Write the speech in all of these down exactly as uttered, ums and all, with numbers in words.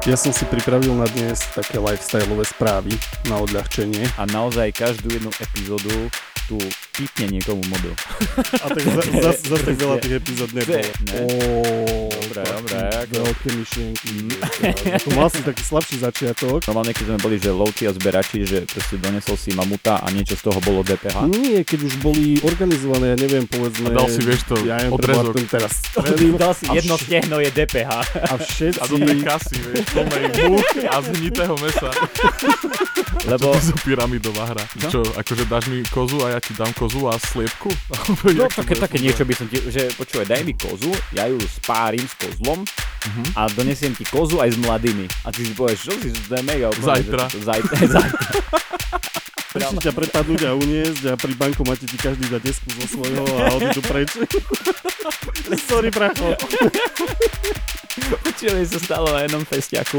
Ja som si pripravil na dnes také lifestyleové správy na odľahčenie. A naozaj každú jednu epizódu tu pípne niekomu mobil. A tak zase za, za, za veľa tých epizód nebolo. Ne? Oh, Dobre, dobre. Veľké myšlienky. To mal si taký slabší začiatok. Normálne, keď sme boli, že lovci a zberači, že proste donesol si mamuta a niečo z toho bolo dé pé há. Nie, keď už boli organizované, ja neviem, povedzme... A dal si, vieš to, ja odrezok. teraz strelím. Dal si jedno vš- stehno je dé pé há. A všetci... A do tej kasy, vieš, plnej múk a zhnitého mesa. Lebo... Čo to je pyramidová hra? Čo? Čo, akože dáš mi kozu a ja ti dám kozu a sliepku? No také, také niečo by som ti, že počúvaj, daj mi kozu, ja ju spárim s kozlom uh-huh. a donesiem ti kozu aj s mladými. A ty si povieš, čo si, to je mega úplne. Zajtra. Že, zajtra. Zajtra. Prečo ťa prepadnúť a uniesť a pri bankomate ti každý dá desku zo svojho a odídu preč. Sorry, bracho. Počúvaj, sa stalo na jednom festiaku.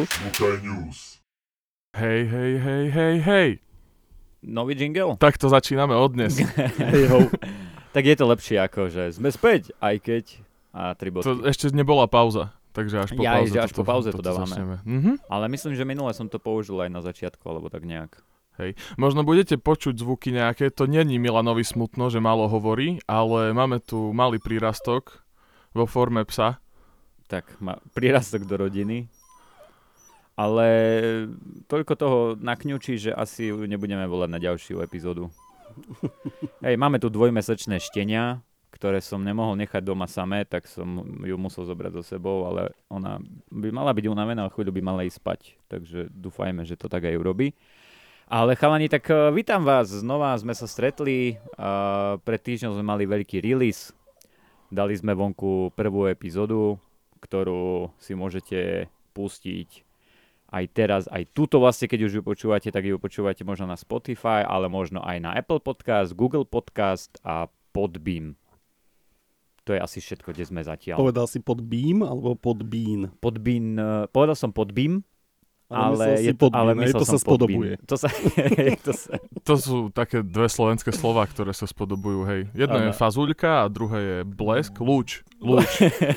Hej, hej, hej, hej, hej. Nový jingle? Tak to začíname od dnes. Hej ho. Tak je to lepšie ako, že sme späť, aj keď a tri bodky. To ešte nebola pauza, takže až po ja, pauze. že až toto, po pauze to toto dávame. Mhm. Ale myslím, že minule som to použil aj na začiatku, alebo tak nejak. Hej. Možno budete počuť zvuky nejaké, to není Milanovi smutno, že málo hovorí, ale máme tu malý prírastok vo forme psa. Tak, má prírastok do rodiny. Ale toľko toho nakňučí, že asi ju nebudeme volať na ďalšiu epizódu. Hej, máme tu dvojmesačné štenia, ktoré som nemohol nechať doma samé, tak som ju musel zobrať so sebou, ale ona by mala byť unavená, ale chvíľu by mala ísť spať. Takže dúfajme, že to tak aj urobí. Ale chalani, tak uh, vítam vás, znova sme sa stretli, uh, pred týždňom sme mali veľký release, dali sme vonku prvú epizódu, ktorú si môžete pustiť aj teraz, aj túto vlastne, keď už ju počúvate, tak ju počúvate možno na Spotify, ale možno aj na Apple Podcast, Google Podcast a Podbean. To je asi všetko, kde sme zatiaľ. Povedal si Podbeam alebo Podbean? Podbean, uh, povedal som Podbeam, Ale, ale, je, podbín, ale to myslel sa som spodobuje. To sa, to sa... To sú také dve slovenské slová, ktoré sa spodobujú, hej. Jedno Ano. je fazuľka a druhé je blesk, lúč, lúč.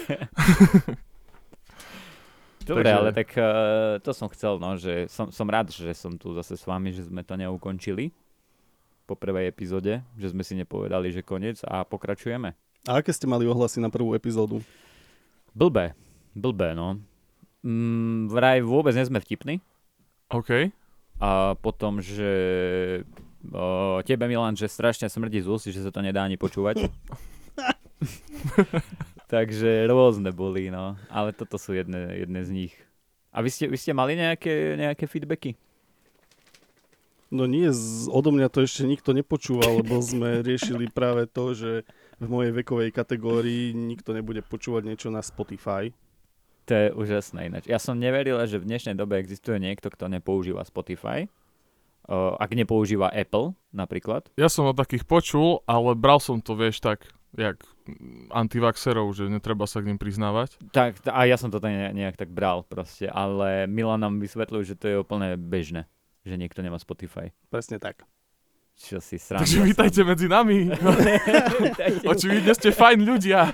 Dobre, Takže- ale tak uh, to som chcel, no, že som, som rád, že som tu zase s vami, že sme to neukončili po prvej epizóde, že sme si nepovedali, že koniec a pokračujeme. A aké ste mali ohlasy na prvú epizódu? Blbé, blbé, no. Mm, vraj vôbec nie sme vtipní. OK. A potom, že o, tebe, Milan, že strašne smrdí z úst, že sa to nedá ani počúvať. Takže rôzne boli, no. Ale toto sú jedné, jedné z nich. A vy ste, vy ste mali nejaké, nejaké feedbacky? No nie, z, odo mňa to ešte nikto nepočúval, lebo sme riešili práve to, že v mojej vekovej kategórii nikto nebude počúvať niečo na Spotify. To je úžasné ináč. Ja som neveril, že v dnešnej dobe existuje niekto, kto nepoužíva Spotify. Uh, ak nepoužíva Apple napríklad. Ja som o takých počul, ale bral som to, vieš, tak, jak antivaxerov, že netreba sa k nim priznávať. Tak, a ja som to ne, nejak tak bral proste, ale Milan nám vysvetlil, že to je úplne bežné, že niekto nemá Spotify. Presne tak. Čo si sranda. Takže vítajte medzi nami. Očividne ste fajn ľudia.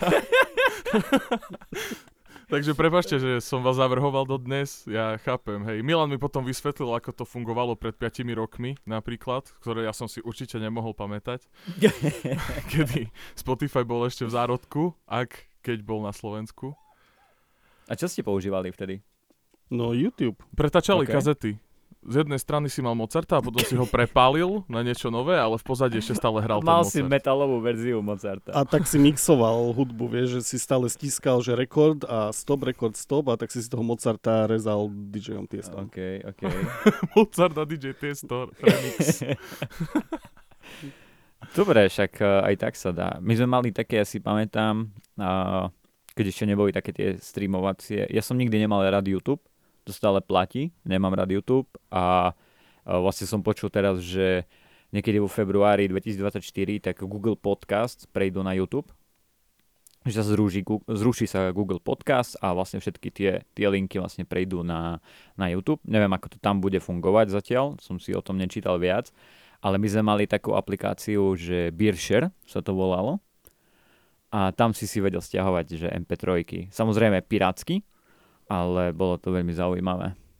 Takže prepáčte, že som vás zavrhoval do dnes, ja chápem, hej. Milan mi potom vysvetlil, ako to fungovalo pred piatimi rokmi, napríklad, ktoré ja som si určite nemohol pamätať. Kedy Spotify bol ešte v zárodku, ak keď bol na Slovensku. A čo ste používali vtedy? No YouTube. Pretačali Okay. kazety. Z jednej strany si mal Mozarta a potom si ho prepálil na niečo nové, ale v pozadí ešte stále hral ten Mal Mozart. si metalovú verziu Mozarta. A tak si mixoval hudbu, vieš, že si stále stískal, že rekord a stop, rekord, stop a tak si z toho Mozarta rezal DJom Tiesto. OK, OK. Mozart a dý džej Tiesto remix. Dobre, však uh, aj tak sa dá. My sme mali také, ja si pamätám, uh, keď ešte neboli také tie streamovacie. Ja som nikdy nemal rád YouTube, to stále platí, nemám rád YouTube a uh, vlastne som počul teraz, že niekedy vo februári dvetisícdvadsaťštyri tak Google Podcast prejdú na YouTube, že sa zruší, zruší sa Google Podcast a vlastne všetky tie, tie linky vlastne prejdú na, na YouTube. Neviem, ako to tam bude fungovať zatiaľ, som si o tom nečítal viac, ale my sme mali takú aplikáciu, že Beershare sa to volalo a tam si si vedel stiahovať, že em pé tri. Samozrejme pirátsky, ale bolo to veľmi zaujímavé.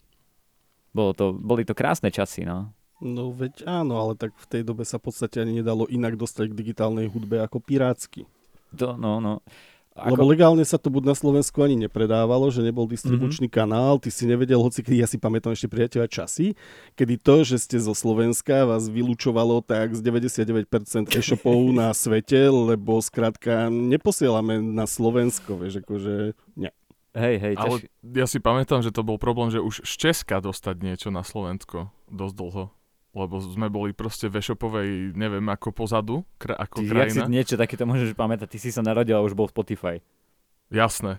Bolo to, boli to krásne časy, no. No veď áno, ale tak v tej dobe sa v podstate ani nedalo inak dostať k digitálnej hudbe ako pirátsky. To, no, no. Ako... Lebo legálne sa to buď na Slovensku ani nepredávalo, že nebol distribučný mm-hmm. kanál, ty si nevedel, hoci kedy, ja si pamätám ešte priateľa časy, kedy to, že ste zo Slovenska, vás vylúčovalo tak z deväťdesiatdeväť percent e-shopov na svete, lebo skrátka neposielame na Slovensko, vieš, akože nie. Hej, hej. Ale ťaž... ja si pamätám, že to bol problém, že už z Česka dostať niečo na Slovensko dosť dlho. Lebo sme boli proste v e-shopovej, neviem, ako pozadu, kra- ako ty, krajina. Jak si niečo takéto môžeš pamätať, ty si sa narodil a už bol Spotify. Jasné.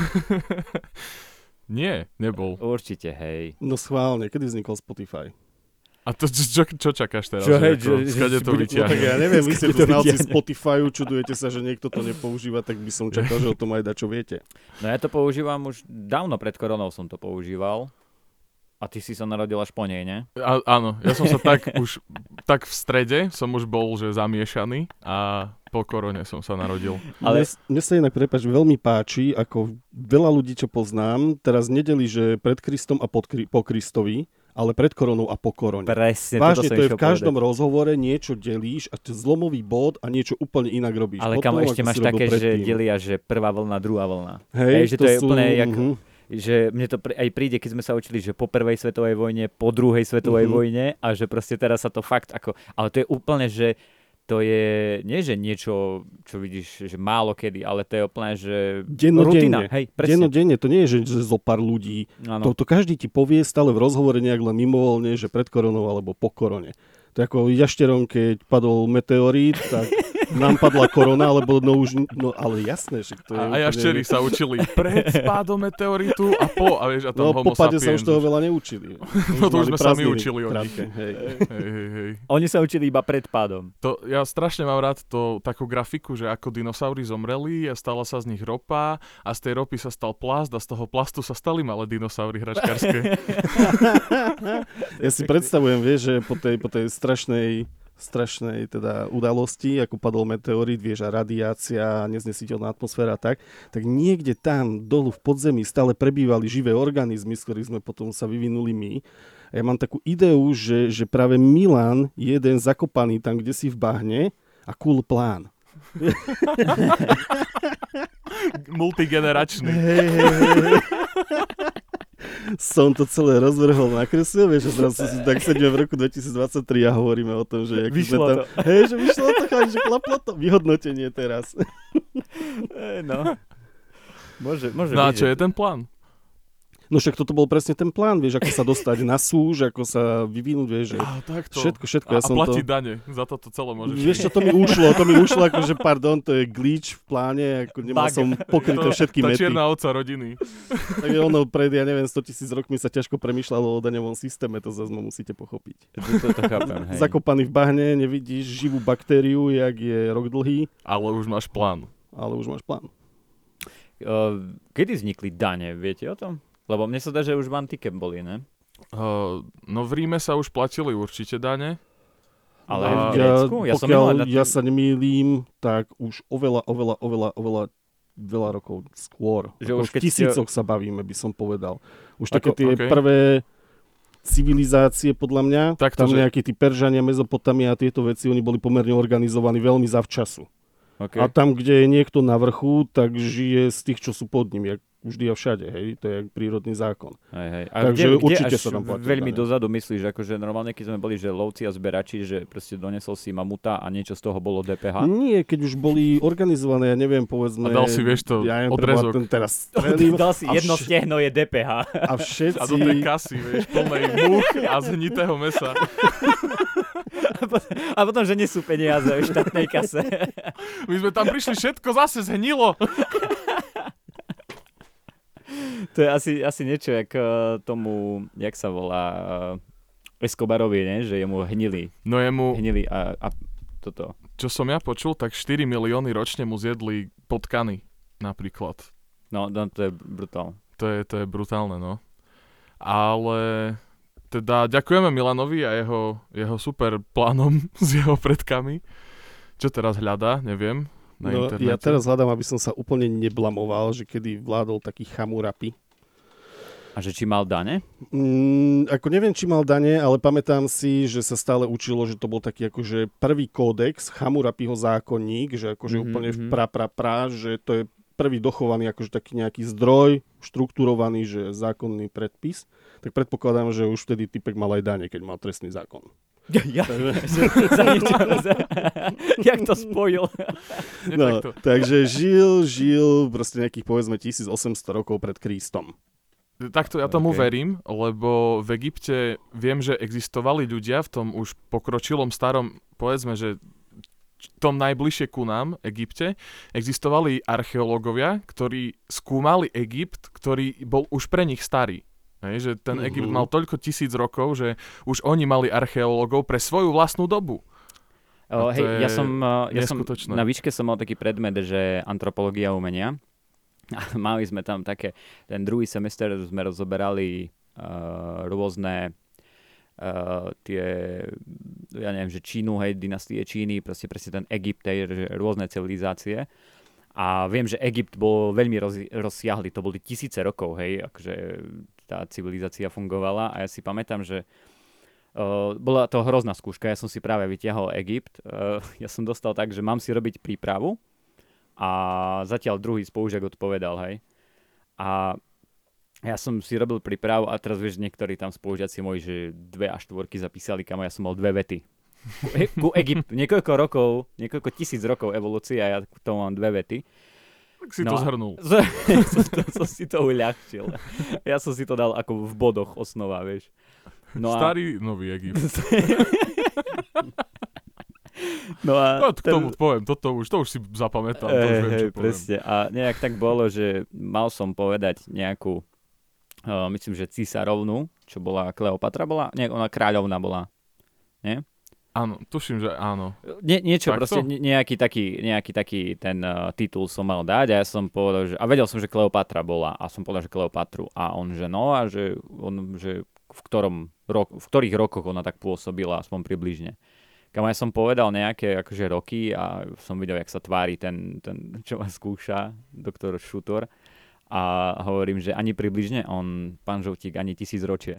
Nie, nebol. Určite, hej. No schválne, kedy vznikol Spotify? A to čo, čo čakáš teraz? Čo, že hej, ako, že- skade že- to bude- No vyťahne? tak ja neviem, vy ste Skade tu to znalci vytiahne. Spotifyu, čudujete sa, že niekto to nepoužíva, tak by som čakal, že o tom aj dačo viete. No ja to používam už dávno pred koronou som to používal. A ty si sa narodil až po nej, ne? A, áno, ja som sa tak už, tak v strede som už bol, že zamiešaný a po korone som sa narodil. Ale Ale- mne, mne sa inak, prepáč, veľmi páči, ako veľa ľudí, čo poznám, teraz nedeli, že pred Kristom a pod, Kri- po Kristovi, ale pred koronou a po korone. Presne, Vážne, toto som to je išiel v každom povedať. rozhovore, niečo delíš a to je zlomový bod a niečo úplne inak robíš. Ale Potom, kam ešte ako máš si robil také, že predtým. delia, že prvá vlna, druhá vlna. Hej, Hej, že to je sú, úplne jak- mhm. Že mne to pr- aj príde, keď sme sa učili, že po prvej svetovej vojne, po druhej svetovej Mhm. vojne a že proste teraz sa to fakt ako... Ale to je úplne, že to je, nie že niečo, čo vidíš, že málo kedy, ale to je úplne, že rutina. Dennodenne. Hej, presne. Dennodenne, to nie je, že, že zo pár ľudí. Áno. To, to každý ti povie stále v rozhovore nejak len mimovoľne, že pred koronou alebo po korone. To je ako jašterom, keď padol meteorít, tak nám padla korona, alebo no už, no ale jasné, že to je A, a jaščeri úplne... sa učili pred spádom meteoritu a po, a vieš, a tam No homo po pade sa sapiens. už toho veľa neučili. No to už Mali sme sami prázdniny učili od krátke, hej. Hej, hej, hej. Oni sa učili iba pred pádom. To, ja strašne mám rád to, takú grafiku, že ako dinosaury zomreli a stala sa z nich ropa a z tej ropy sa stal plast a z toho plastu sa stali malé dinosaury hračkárske. Ja si predstavujem, vieš, že po tej, po tej strašnej strašnej teda udalosti, ako padol meteorít, vieš, a radiácia, neznesiteľná atmosféra, tak, tak niekde tam dolu v podzemí stále prebývali živé organizmy, z ktorých sme potom sa vyvinuli my. A ja mám takú ideu, že, že práve Milan je jeden zakopaný tam, kde si v bahne a cool plán. Multigeneračný. Hej, hej, hej. Som to celé rozvrhol, nakreslil, vieš, že zrazu si tak sedíme v roku dvetisícdvadsaťtri a hovoríme o tom, že... Vyšlo sme tam, to. Hej, že vyšlo to, chlap, že klaplo to. Vyhodnotenie teraz. E, no. Môže, môže No a byť, čo že- je ten plán? No však toto bol presne ten plán, vieš, ako sa dostať na súž, ako sa vyvinúť, vieš, že Á, takto. všetko, všetko. A, Ja a som platiť to... dane. Za toto celé môžeš. Vieš čo, to mi ušlo, to mi ušlo, akože pardon, to je glitch v pláne, ako nemal Bug. som pokryté všetky Tá mety. čierna ovca rodiny. Takže ono pred, ja neviem, stotisíc rokmi sa ťažko premýšľalo o daňovom systéme, to zase ma musíte pochopiť. To, to chápem, hej. Zakopaný v bahne, nevidíš živú baktériu, jak je rok dlhý, Ale už máš plán. ale už máš plán. Uh, kedy vznikli dane, viete o tom? Lebo mne sa dá, že už v antike boli, ne? Uh, no v Ríme sa už platili určite dane. Ale A- v Grécku? Ja, som pokiaľ minule na ja sa nemýlim, tak už oveľa, oveľa, oveľa, oveľa veľa rokov skôr. Že Ako už v keď ste- tisícoch sa bavíme, by som povedal. Už také Ako- tie okej. prvé civilizácie, podľa mňa, Takto, tam že- nejakí tí Peržania, Mezopotamia a tieto veci, oni boli pomerne organizovaní veľmi zavčasu. Okay. A tam, kde je niekto na vrchu, tak žije z tých, čo sú pod ním, jak vždy a všade, hej, to je jak prírodný zákon. Hej, hej. A Takže kde, určite kde až sa tam platí veľmi dane. dozadu myslíš, akože normálne, keď sme boli, že lovci a zberači, že proste donesol si mamuta a niečo z toho bolo dé pé há? Nie, keď už boli organizované, ja neviem, povedzme... A dal si, vieš to, ja neviem, odrezok. Ten teraz strelím, Dal si a jedno vš- stehno je dé pé há. a všetci... A do tej kasy, vieš, plnej múch a zhnitého mesa. A potom, a potom, že nie sú peniaze v štátnej kase. My sme tam prišli, všetko zase zhnilo. To je asi, asi niečo, jak uh, tomu, jak sa volá, uh, Escobarovi, ne? Že jemu hnili, No jemu, hnili a, a toto. čo som ja počul, tak štyri milióny ročne mu zjedli potkany napríklad. No, no to je brutál. To je, to je brutálne, no. Ale teda ďakujeme Milanovi a jeho, jeho super plánom s jeho predkami. Čo teraz hľadá, neviem, na No, internete. ja teraz hľadám, aby som sa úplne neblamoval, že kedy vládol taký Chamurapi. A že či mal dane? Mm, ako neviem, či mal dane, ale pamätám si, že sa stále učilo, že to bol taký akože prvý kódex, Hammurapiho zákonník, že akože mm-hmm. úplne pra, pra, pra, že to je prvý dochovaný akože taký nejaký zdroj, štruktúrovaný, že zákonný predpis. Tak predpokladám, že už vtedy typek mal aj dane, keď mal trestný zákon. Ja? za niečo, za... Jak to spojil? No, takže žil, žil proste nejakých povedzme tisícosemsto rokov pred Kristom. Takto ja tomu okay. verím, lebo v Egypte viem, že existovali ľudia v tom už pokročilom starom, povedzme, že tom najbližšie ku nám, Egypte, existovali archeológovia, ktorí skúmali Egypt, ktorý bol už pre nich starý. Hej, že ten mm-hmm. Egypt mal toľko tisíc rokov, že už oni mali archeológov pre svoju vlastnú dobu. O, hej, ja som, ja som na výške som mal taký predmet, že antropológia umenia. A mali sme tam také, ten druhý semester sme rozoberali uh, rôzne uh, tie, ja neviem, že Čínu, hej, dynastie Číny, proste presne ten Egypt, hej, rôzne civilizácie. A viem, že Egypt bol veľmi roz, rozsiahly, to boli tisíce rokov, hej, akože tá civilizácia fungovala a ja si pamätám, že uh, bola to hrozná skúška, ja som si práve vytiahol Egypt, uh, ja som dostal tak, že mám si robiť prípravu, a zatiaľ druhý spolužiak odpovedal, hej. A ja som si robil prípravu a teraz vieš, niektorí tam spolužiaci moji, že dve a štvorky zapísali, kamo ja som mal dve vety. Ku Egyptu, niekoľko rokov, niekoľko tisíc rokov evolúcie a ja k tomu mám dve vety. Tak si no, to zhrnul. som, to, som si to uľahčil. Ja som si to dal ako v bodoch osnova, vieš. No Starý, a... nový Egypt. No a no, k tomu ten... poviem, toto už, to už si zapamätám. Hey, to už viem, hey, čo presne. poviem. A nejak tak bolo, že mal som povedať nejakú, uh, myslím, že císarovnu, čo bola Kleopatra, bola, nie, ona kráľovna bola, nie? Áno, tuším, že áno. Nie, niečo tak proste, ne, nejaký taký, nejaký taký ten uh, titul som mal dať a ja som povedal, že, a vedel som, že Kleopatra bola a som povedal, že Kleopatru a on, že no a že, on, že v, ktorom rok, v ktorých rokoch ona tak pôsobila, aspoň približne. Kam ja som povedal nejaké akože roky a som videl, jak sa tvári ten, ten čo ma skúša, doktor Šutor. A hovorím, že ani približne on, pán Žoutík, ani tisíc ročie.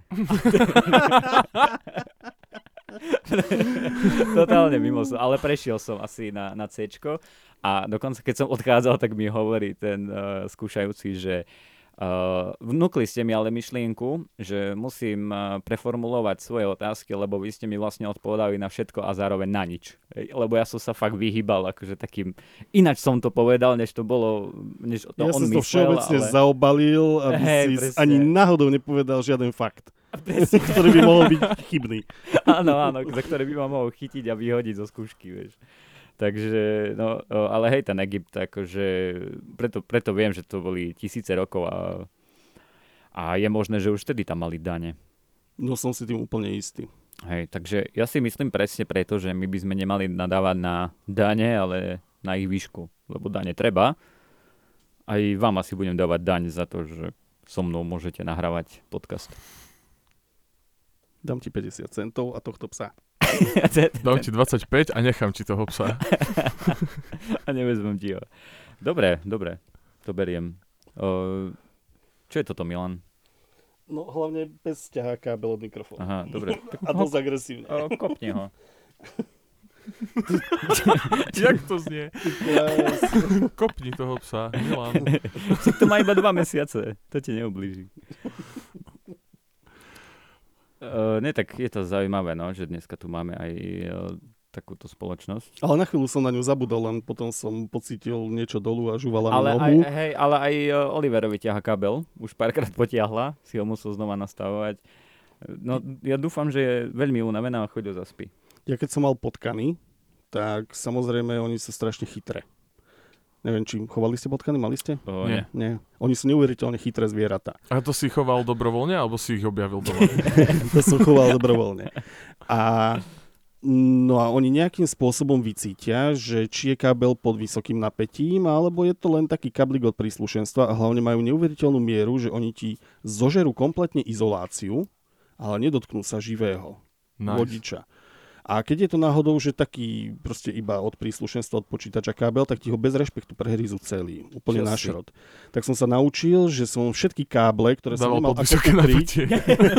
Totálne mimo som, ale prešiel som asi na, na C-čko a dokonca keď som odchádzal, tak mi hovorí ten uh, skúšajúci, že Uh, vnúkli ste mi ale myšlienku, že musím uh, preformulovať svoje otázky, lebo vy ste mi vlastne odpovedali na všetko a zároveň na nič. Lebo ja som sa fakt vyhýbal, akože takým, ináč som to povedal, než to bolo, než to ja on myslel. Ja som to všeobecne ale... zaobalil, aby hey, si presne. Ani náhodou nepovedal žiaden fakt, ktorý by mohol byť chybný. Áno, áno, za ktorý by ma mohol chytiť a vyhodiť zo skúšky, vieš. Takže, no, ale hej, ten Egypt, akože, preto, preto viem, že to boli tisíce rokov a, a je možné, že už vtedy tam mali dane. No som si tým úplne istý. Hej, takže ja si myslím presne preto, že my by sme nemali nadávať na dane, ale na ich výšku, lebo dane treba. Aj vám asi budem dávať daň za to, že so mnou môžete nahrávať podcast. Dám ti päťdesiat centov a tohto psa. Dám ti dvadsaťpäť a nechám ti toho psa. A nevezmem ti ho. Dobre, dobre, to beriem. O, čo je toto, Milan? No hlavne bez ťaháka kábel od mikrofónu. Aha, dobre. A dosť agresívne. O, kopni ho. Jak to znie? Yes. Kopni toho psa, Milan. To má iba dva mesiace, to ti neublíži. Uh, nie, tak je to zaujímavé, no, že dneska tu máme aj uh, takúto spoločnosť. Ale na chvíľu som na ňu zabudol, len potom som pocítil niečo dolu a žuvala ale mi nohu. Aj, hej, ale aj uh, Oliverovi ťaha kabel, už párkrát potiahla, si ho musel znova nastavovať. No, ja dúfam, že je veľmi unavená a chodil zaspí. Ja keď som mal potkany, tak samozrejme oni sú strašne chytré. Neviem, či chovali ste potkany, mali ste? O, nie. nie. Oni sú neuveriteľne chytré zvieratá. A to si choval dobrovoľne, alebo si ich objavil doma? To som choval dobrovoľne. A, no a oni nejakým spôsobom vycítia, že či je kábel pod vysokým napätím, alebo je to len taký kablík od príslušenstva a hlavne majú neuveriteľnú mieru, že oni ti zožerú kompletne izoláciu, ale nedotknú sa živého nice. vodiča. A keď je to náhodou, že taký proste iba od príslušenstva od počítača kábel, tak ti ho bez rešpektu prehrízu celý, úplne na šrot. Tak som sa naučil, že som všetky káble, ktoré som nemal ako ukryť,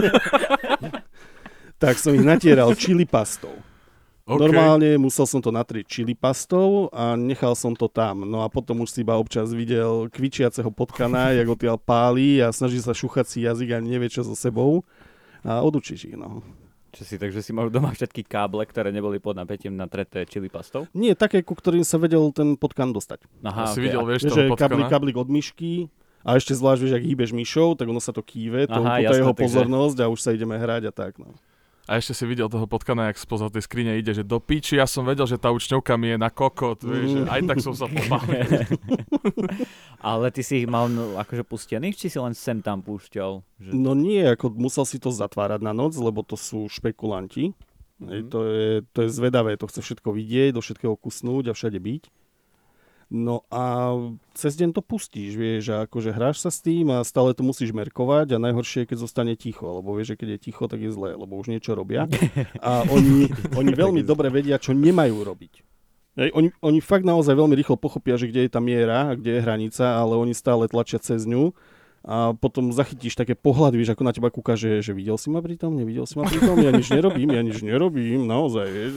tak som ich natieral čili pastou. Okay. Normálne musel som to natrieť čili pastou a nechal som to tam. No a potom už si iba občas videl kvičiaceho potkana, jak odtiaľ páli a snaží sa šúchať si jazyk a nevie čo so sebou. A odučíš ich, no. Čo si, takže si mal doma všetky káble, ktoré neboli pod napätím natreté čili pastou? Nie, také, ku ktorým sa vedel ten potkan dostať. Aha, si okay. videl, vieš, toho potkana? Kablik, kablik od myšky a ešte zvlášť, vieš, ak hýbeš myšou, tak ono sa to kýve, to Aha, je jeho takže... pozornosť a už sa ideme hrať a tak, no. A ešte si videl toho potkana, jak spoza tej skrine ide, že do piči, ja som vedel, že tá učňovka mi je na kokot, vieš, že aj tak som sa pobavil. Ale ty si ich mal no, akože pustených, či si len sem tam púšťal? Že... No nie, ako musel si to zatvárať na noc, lebo to sú špekulanti. Mm-hmm. Ej, to, je, to je zvedavé, to chce všetko vidieť, do všetkého kusnúť a všade byť. No a cez deň to pustíš, vieš, a akože hráš sa s tým a stále to musíš merkovať a najhoršie je, keď zostane ticho, lebo vieš, že keď je ticho, tak je zlé, lebo už niečo robia. A oni, oni veľmi dobre vedia, čo nemajú robiť. Hej, oni, oni fakt naozaj veľmi rýchlo pochopia, že kde je tá miera a kde je hranica, ale oni stále tlačia cez ňu a potom zachytíš také pohľady, vieš, ako na teba kúka, že, že videl si ma pri tom, nevidel si ma pri tom, ja nič nerobím, ja nič nerobím, naozaj, vieš.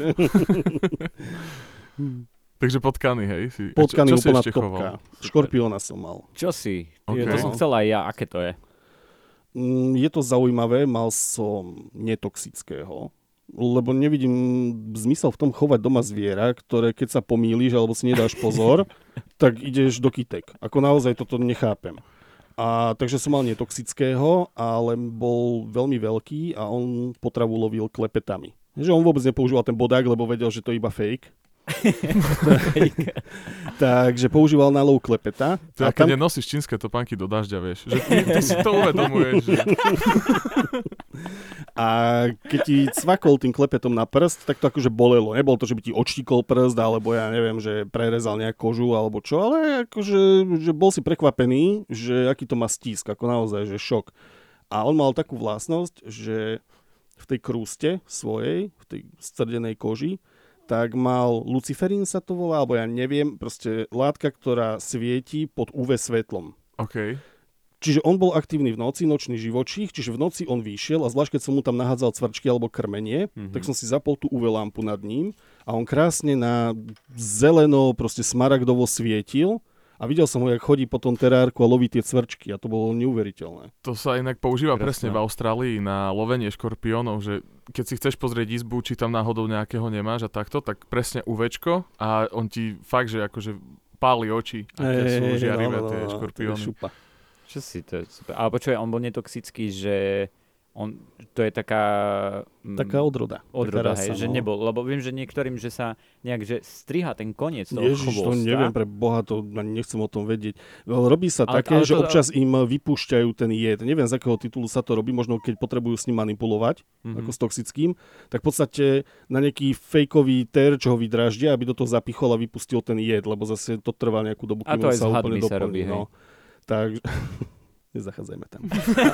Takže potkany, hej? Si, potkany čo, čo úplná si ešte topka. choval? Škorpióna som mal. Čo si? Okay. To som chcel aj ja. Aké to je? Mm, je to zaujímavé. Mal som netoxického. Lebo nevidím zmysel v tom chovať doma zviera, ktoré keď sa pomýliš alebo si nedáš pozor, tak ideš do kytek. Ako naozaj toto nechápem. A takže som mal netoxického, ale bol veľmi veľký a on potravu lovil klepetami. Že on vôbec nepoužíval ten bodák, lebo vedel, že to je iba fake. Takže používal na lov klepeta. To a keď tam... nenosíš čínske topánky do dažďa, vieš. Že ty, ty si to uvedomuješ. Že... A keď ti cvakol tým klepetom na prst, tak to akože bolelo. Nebolo to, že by ti odštíkol prst, alebo ja neviem, že prerezal nejak kožu, alebo čo, ale akože že bol si prekvapený, že aký to má stisk, ako naozaj, že šok. A on mal takú vlastnosť, že v tej krúste svojej, v tej strdenej koži, tak mal luciferín sa to volá, alebo ja neviem, proste látka, ktorá svieti pod ú vé svetlom. OK. Čiže on bol aktívny v noci, nočný živočích, čiže v noci on vyšiel a zvlášť keď som mu tam nahádzal cvrčky alebo krmenie, mm-hmm. tak som si zapol tú ú vé lampu nad ním a on krásne na zeleno, proste smaragdovo svietil. A videl som ho, jak chodí po tom terárku a loví tie cvrčky a to bolo neuveriteľné. To sa inak používa Krásne. Presne v Austrálii na lovenie škorpiónov, že keď si chceš pozrieť izbu, či tam náhodou nejakého nemáš a takto, tak presne UVčko a on ti fakt, že akože páli oči, aké hey, sú žiarivé no, no, tie no, škorpióny. Čo si to je super. Ale počuj, on bol netoxický, že on, to je taká... Taká odroda. Odroda, taká hej, rasa, že no. nebol. Lebo viem, že niektorým, že sa nejak, že striha ten koniec toho Ježiš, chvosta. to neviem, pre Boha, to nechcem o tom vedieť. Robí sa ale, také, ale že to, občas im vypúšťajú ten jed. Neviem, z akého titulu sa to robí, možno keď potrebujú s ním manipulovať, mm-hmm. ako s toxickým, tak v podstate na nejaký fejkový terč ho vydráždia, aby do toho zapichol a vypustil ten jed, lebo zase to trvá nejakú dobu, kým on sa úplne doplní. Sa robí, no. Takže... Nezachádzajme tam.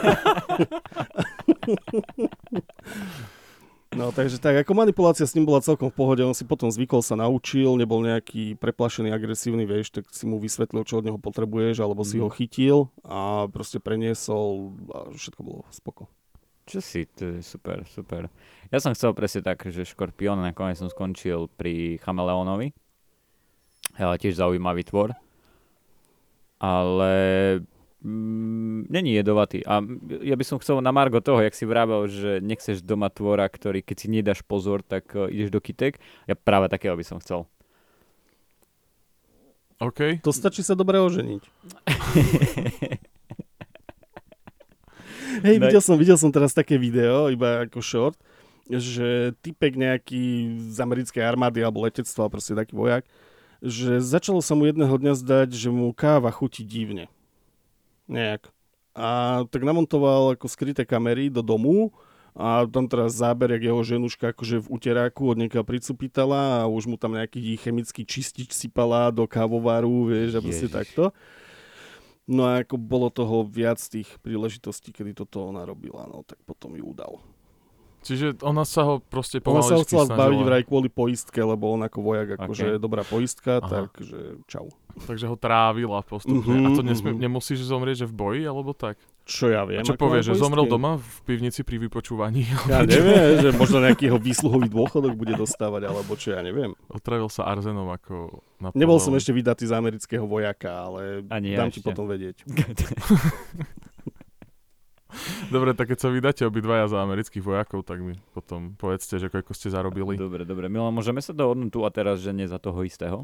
No, takže tak, ako manipulácia s ním bola celkom v pohode, on si potom zvykol, sa naučil, nebol nejaký preplašený, agresívny, vieš, tak si mu vysvetlil, čo od neho potrebuješ, alebo si ho chytil a proste preniesol a všetko bolo spoko. Čo si, to je super, super. Ja som chcel presne tak, že škorpión, nakoniec som skončil pri chameleónovi, ale tiež zaujímavý tvor, ale... Mm, není jedovatý. A ja by som chcel na margo toho, jak si vravel, že nechceš doma tvora, ktorý keď si nedáš pozor, tak uh, ideš do kytek. Ja práve takého by som chcel. OK. To stačí sa dobre oženiť. Hej, videl som, videl som teraz také video, iba ako short, že typek nejaký z americkej armády alebo letectva, proste taký vojak, že začalo sa mu jedného dňa zdať, že mu káva chutí divne. Nejak. A tak namontoval ako skryté kamery do domu a tam teraz záber, jak jeho ženuška akože v uteráku od niekiaľ pricupítala a už mu tam nejaký chemický čistič sypala do kávovaru, vieš, a proste takto. No a ako bolo toho viac tých príležitostí, kedy toto ona robila, no tak potom ju udal. Čiže ona sa ho proste Ona sa ho pomaličky chcela zbaviť snažila. vraj kvôli poistke, lebo on ako vojak akože Okay. je dobrá poistka, Aha. takže čau. Takže ho trávila postupne. Mhm, A to nesmie, mhm. nemusíš zomrieť, že v boji, alebo tak? Čo ja viem. A čo ako povie, mám že zomrel poistky? doma v pivnici pri vypočúvaní? Ja neviem, že možno nejaký jeho výsluhový dôchodok bude dostávať, alebo čo, ja neviem. Otravil sa arzenom ako na Nebol som ešte vydatý za amerického vojaka, ale Ani ja dám ti ešte. potom vedieť. Dobre, tak keď sa vydáte obidvaja za amerických vojakov, tak mi potom povedzte, že koľko ste zarobili. Dobre, dobre. Milan, môžeme sa dohodnúť tu a teraz, že nie za toho istého?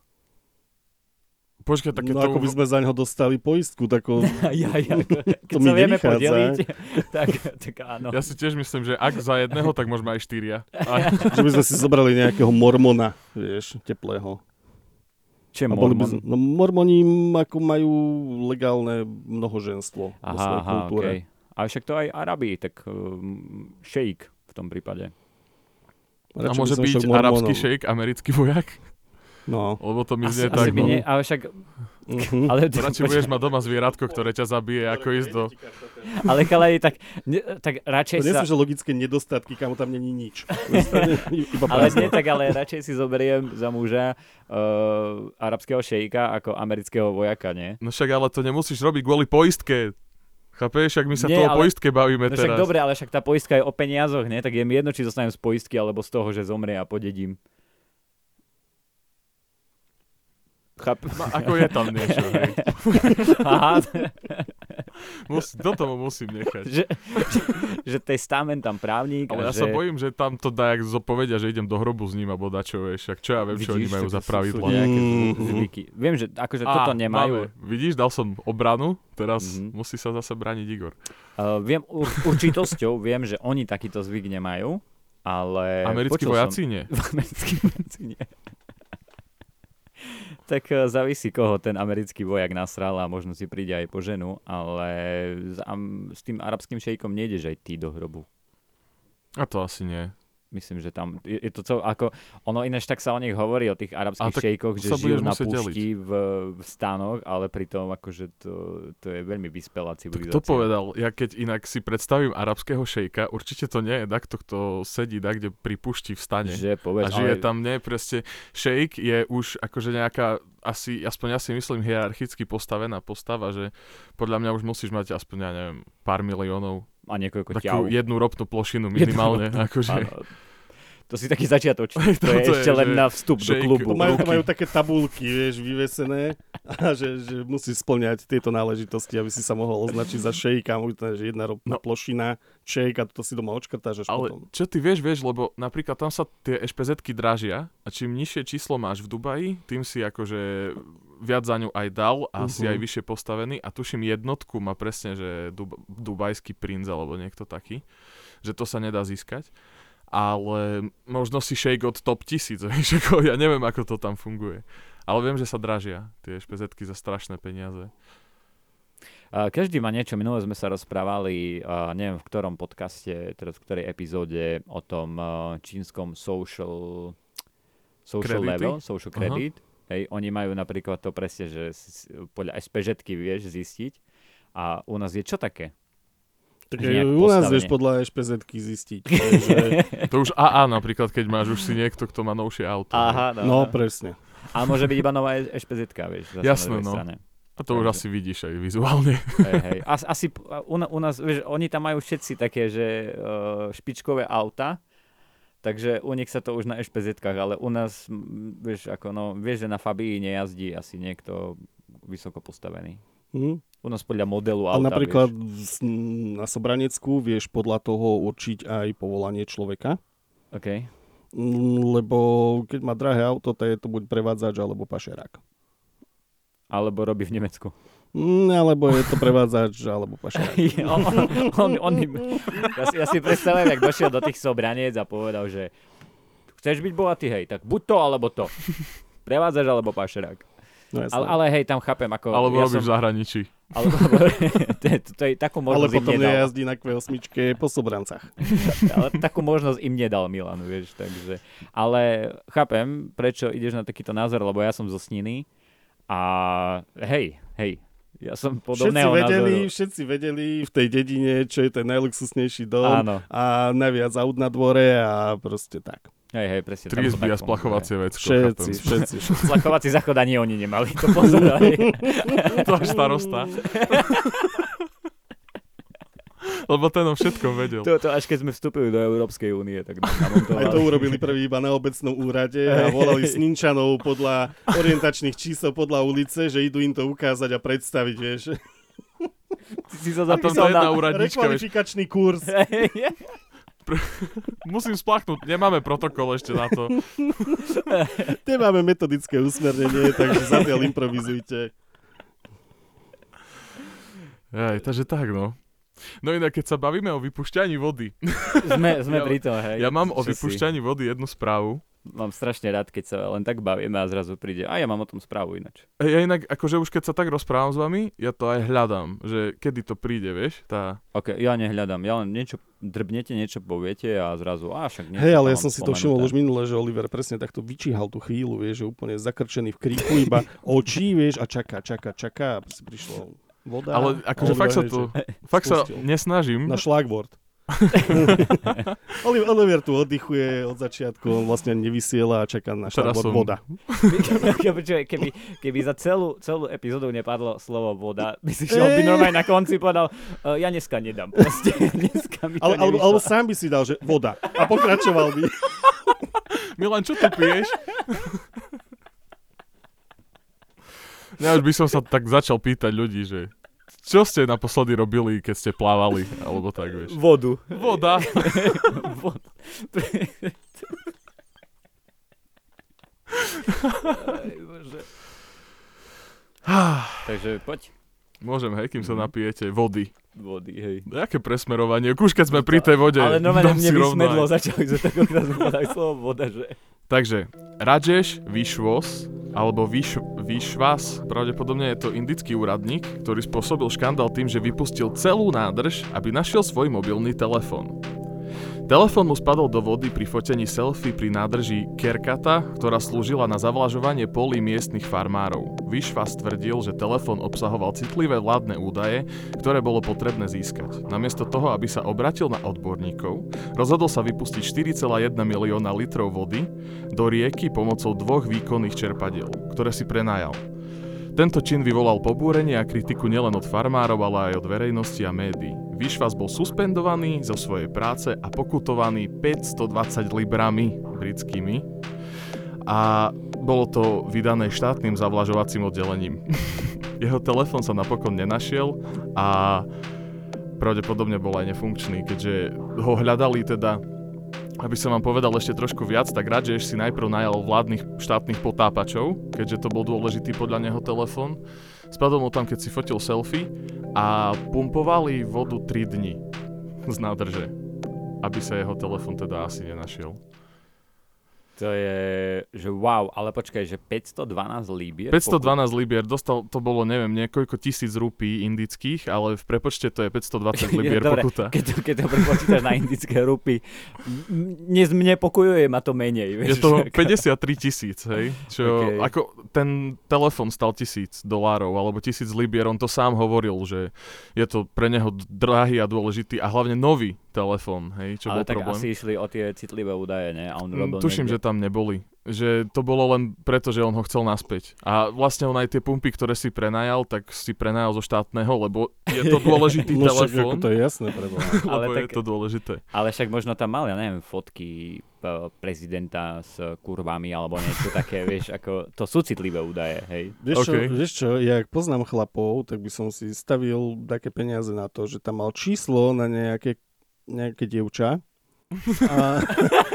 Počkaj, také No to... ako by sme za ňo dostali poistku, tak o... ja, ja, keď To mi sa vieme nevychádza. podeliť, tak, tak áno. Ja si tiež myslím, že ak za jedného, tak môžeme aj štyria. A... že by sme si zobrali nejakého mormona, vieš, teplého. Čo je A boli by mormon? sme, no mormoni ako majú legálne mnohoženstvo vo Aha, svojej aha, kultúre. okej. Ale však to aj Arabi, tak um, šejk v tom prípade. A Radšej by môže som byť šiel k mormonom. arabský šejk, americký vojak? No. Lebo to mi Asi, znie asi tak... by no. nie, ale však... Mhm. Ale, Radšej budeš mať doma zvieratko, ktoré ťa zabije, ako ísť do... ale chalani, tak, ne, tak radšej To nie sa... sú že logické nedostatky, kamo tam není nič. Iba Ale prázdno. nie tak, ale radšej si zoberiem za muža uh, arabského šejka ako amerického vojaka, nie? No však ale to nemusíš robiť kvôli poistke. Chápeš, ak my sa Nie, tu o ale- poistke bavíme No však teraz. dobre, ale však tá poistka je o peniazoch, nie? Tak je mi jedno, či zostanem z poistky, alebo z toho, že zomrie a podedím. Cháp... No, ako je tam niečo, hej. Aha, Mus, do toho musím nechať. že, že, že testamen tam právnik. Ale a ja že... sa bojím, že tam to dá, jak zopovedia, že idem do hrobu s ním, alebo dačo, vieš. Ak čo ja viem, čo oni Vidíš, majú tak za sú- Sú pravidla. nejaké Mhm. zvyky. Viem, že akože Á, toto nemajú. máme. Vidíš, dal som obranu, teraz Mhm. musí sa zase brániť Igor. Uh, viem, ur, určitosťou viem, že oni takýto zvyk nemajú, ale... Americkí počul vojaci nie. Som... Americkí vojaci nie. Tak uh, závisí, koho ten americký vojak nasral a možno si príde aj po ženu, ale s, am, s tým arabským šejkom nejdeš aj ty do hrobu. A to asi nie. Myslím, že tam je, je to co, ako, ono ináč tak sa o nich hovorí, o tých arabských Ale tak šejkoch, že sa žijú budeš na musieť púšti v, v stánoch, ale pritom akože to, to je veľmi vyspelá To civilizácia. kto povedal? Ja keď inak si predstavím arabského šejka, určite to nie je takto, kto sedí takde pri pušti v stane. Že A povedz, žije ale, tam, nie, proste šejk je už akože nejaká, asi, aspoň ja si myslím, hierarchicky postavená postava, že podľa mňa už musíš mať aspoň, ja neviem, pár miliónov, a niekoľko takú ťav. jednu ropnú plošinu minimálne, akože. Áno. To si taký začiatočný, to, To je je, ešte len že na vstup do shake. klubu. To majú, to ruky. majú také tabulky, vieš, vyvesené a že, že musí splňať tieto náležitosti, aby si sa mohol označiť za šejka, možno, že jedna ropná No. plošina, šejk a to si doma odškrtáš až Ale potom. čo ty vieš, vieš, lebo napríklad tam sa tie ešpezetky dražia a čím nižšie číslo máš v Dubaji, tým si akože viac za ňu aj dal a uh-huh. si Mhm. aj vyššie postavený a tuším jednotku má presne, že Dub- dubajský princ alebo niekto taký, že to sa nedá získať. Ale možno si shake od top tisíc, vieš, ako, ja neviem, ako to tam funguje. Ale viem, že sa dražia tie špezetky za strašné peniaze. A každý má niečo, minule sme sa rozprávali, a neviem v ktorom podcaste, teda v ktorej epizóde o tom a, čínskom social, social Kredity? level, social credit. Hej, oni majú napríklad to presne, že s- podľa SPŽetky vieš zistiť. A u nás je čo také? Tak že aj nejak u nás postavenie. vieš podľa ešpezetky zistiť. že... To už á á napríklad, keď máš už si niekto, kto má novšie auto. Aha, no, No, no. presne. A môže byť iba nová ešpezetka, vieš. zase Jasné, na druhej no. strane. A to už Takže- asi vidíš aj vizuálne. Hej, hej. As, asi p- u, na- u nás, vieš, oni tam majú všetci také, že uh, špičkové auta, takže u nich sa to už na ešpezetkách, ale u nás, m, vieš, ako no, vieš, že na Fabii nejazdí asi niekto vysoko postavený. Hm? U nás podľa modelu auta, Ale napríklad vieš. s- na Sobranecku vieš podľa toho určiť aj povolanie človeka. OK. Mm, Lebo keď má drahé auto, to je to buď prevádzač alebo pašerák. Alebo robí v Nemecku. Mm, Alebo je to prevádzač alebo pašerák. on, on, on, im- ja, si, ja si predstavujem, jak došiel do tých Sobraniec a povedal, že chceš byť bohatý, hej, tak buď to, alebo to. Prevádzač alebo pašerák. No, jasné. Ale, ale hej, tam chápem, ako... Alebo ja robíš som, v zahraničí. Alebo, to, je- to je takú Ale možnosť im potom nedal. nejazdí na kvé osem po Sobrancach. Ale takú možnosť im nedal Milan, vieš, takže... Ale chápem, prečo ideš na takýto názor, lebo ja som zo Sniny a hej, hej, Ja som všetci podobného vedeli, názoru. všetci vedeli v tej dedine, čo je ten najluxusnejší dom Áno. a najviac aut na dvore a proste tak. Hej, hej, presne. tri izby a splachovacie vecko. Všetci, všetci. Splachovací záchod ani oni nemali, to pozerali. To až starosta. Lebo ten o všetkom vedel. To, to až keď sme vstúpili do Európskej únie, tak Aj namontovali. to urobili prvý iba na obecnom úrade a volali Sninčanov podľa orientačných čísel podľa ulice, že idú im to ukázať a predstaviť, vieš. Ty si sa A tam zapísal jedna na... úradnička, vieš. Rekvalifikačný kurz. Musím spláchnuť, nemáme protokol ešte na to. Nemáme metodické usmernenie, takže zatiaľ improvizujte. Aj, takže tak, no. No inak, keď sa bavíme o vypušťaní vody. Sme, sme Ja- pri tom, hej. Ja mám o Čo si? vypušťaní vody jednu správu. Mám strašne rád, keď sa len tak bavíme a zrazu príde. A ja mám o tom správu ináč. Ja inak, akože už keď sa tak rozprávam s vami, ja to aj hľadám, že kedy to príde, vieš, tá... Ok, ja nehľadám. Ja len niečo drbnete, niečo poviete a zrazu, a však niečo Hej, ale ja tam som si to všimol spomenuté. už minule, že Oliver presne takto vyčíhal tú chvíľu, vieš, že úplne zakrčený v kríku, iba očí, vieš, a čaká, čaká, čaká, a si prišlo voda. Ale akože Oliver, fakt sa vieš, to, že fakt sa spustil. nesnažím. Na šlagvord. Oliver, Oliver tu oddychuje od začiatku, on vlastne nevysiela a čaká na Teraz šlagvord som- voda. Počúvaj, keby, keby za celú, celú epizódu nepadlo slovo voda, by si šiel by normálne na konci povedal, uh, ja dneska nedám, proste, dneska mi to Ale, alebo, nevyšlo. alebo sám by si dal, že voda. A pokračoval by. Milan, čo tu piješ? Ja už by som sa tak začal pýtať ľudí, že čo ste naposledy robili, keď ste plávali, alebo tak, vieš. Vodu. Voda. Vodu. Aj, bože. Takže poď. Môžem, hej, kým sa napijete vody. Vody, hej. Jaké presmerovanie? Už keď sme pri tej vode, Ale normálne dám mne si rovno vysmedlo, aj. začali sme tak okraz povedať slovo voda, že... Takže, Rajesh Vishwas, alebo Vish, Vishwas, pravdepodobne je to indický úradník, ktorý spôsobil škandál tým, že vypustil celú nádrž, aby našiel svoj mobilný telefón. Telefón mu spadol do vody pri fotení selfie pri nádrži Kerkata, ktorá slúžila na zavlažovanie polí miestnych farmárov. Vishwas tvrdil, že telefón obsahoval citlivé vládne údaje, ktoré bolo potrebné získať. Namiesto toho, aby sa obratil na odborníkov, rozhodol sa vypustiť štyri celé jedna milióna litrov vody do rieky pomocou dvoch výkonných čerpadiel, ktoré si prenajal. Tento čin vyvolal pobúrenie a kritiku nielen od farmárov, ale aj od verejnosti a médií. Vishwas bol suspendovaný zo svojej práce a pokutovaný päťstodvadsať librami britskými a bolo to vydané štátnym zavlažovacím oddelením. Jeho telefón sa napokon nenašiel a pravdepodobne bol aj nefunkčný, keďže ho hľadali teda. Aby som vám povedal ešte trošku viac, tak Rajesh si najprv najal vládnych štátnych potápačov, keďže to bol dôležitý podľa neho telefón. Spadol mu tam, keď si fotil selfie a pumpovali vodu tri dni z nádrže, aby sa jeho telefón teda asi nenašiel. To je, že wow, ale počkaj, že päťstodvanásť libier? päťstodvanásť libier, dostal, to bolo neviem, niekoľko tisíc rupí indických, ale v prepočte to je päťstodvadsať libier Dobre, pokuta. Keď to, keď to prepočítaš na indické rupy, m- dnes mne pokojuje ma to menej. Je Vieš, to že- päťdesiattri tisíc, hej? Čo, Okay. ako ten telefon stal tisíc dolárov, alebo tisíc libier, on to sám hovoril, že je to pre neho drahý a dôležitý a hlavne nový telefón, hej? Čo ale bol tak problém. asi išli o tie citlivé údaje, ne? A on Mm, robil Tuším, že niekde. tam neboli. Že to bolo len preto, že on ho chcel naspäť. A vlastne on aj tie pumpy, ktoré si prenajal, tak si prenajal zo štátneho, lebo je to dôležitý No však ako telefón. to je jasné pre Boha. Ale Lebo je tak- to dôležité. Ale však možno tam mal, ja neviem, fotky p- prezidenta s kurvami alebo niečo také, vieš, ako to sú citlivé údaje, hej. Vieš čo, OK. vieš čo, ja ak poznám chlapov, tak by som si stavil také peniaze na to, že tam mal číslo na nejaké, nejaké dievča. A,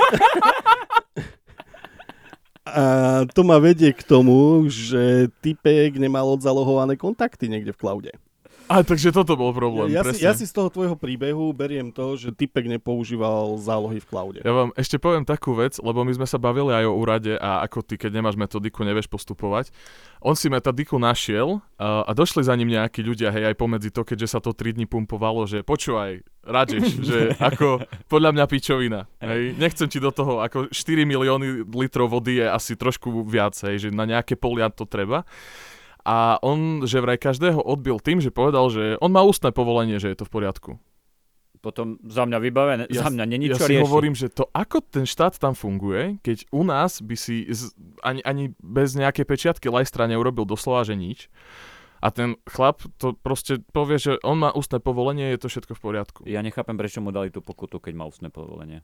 a to ma vedie k tomu, že typek nemal odzalohované kontakty niekde v cloude. A takže toto bol problém, Ja si, presne. ja si z toho tvojho príbehu beriem to, že typek nepoužíval zálohy v cloude. Ja vám ešte poviem takú vec, lebo my sme sa bavili aj o úrade a ako ty, keď nemáš metodiku, nevieš postupovať. On si metodiku našiel a, a došli za ním nejakí ľudia, hej, aj pomedzi to, keďže sa to tri dni pumpovalo, že počúvaj, Rajesh, že ako podľa mňa pičovina, hej, nechcem ti do toho, ako štyri milióny litrov vody je asi trošku viac, hej, že na nejaké polia to treba. A on, že vraj každého odbil tým, že povedal, že on má ústne povolenie, že je to v poriadku. Potom za mňa vybavené, Ja, za mňa není ja čo si riešiť. hovorím, že to ako ten štát tam funguje, keď u nás by si z, ani, ani bez nejakej pečiatky lajstra neurobil doslova, že nič. A ten chlap to proste povie, že on má ústne povolenie, je to všetko v poriadku. Ja nechápem, prečo mu dali tú pokutu, keď má ústne povolenie.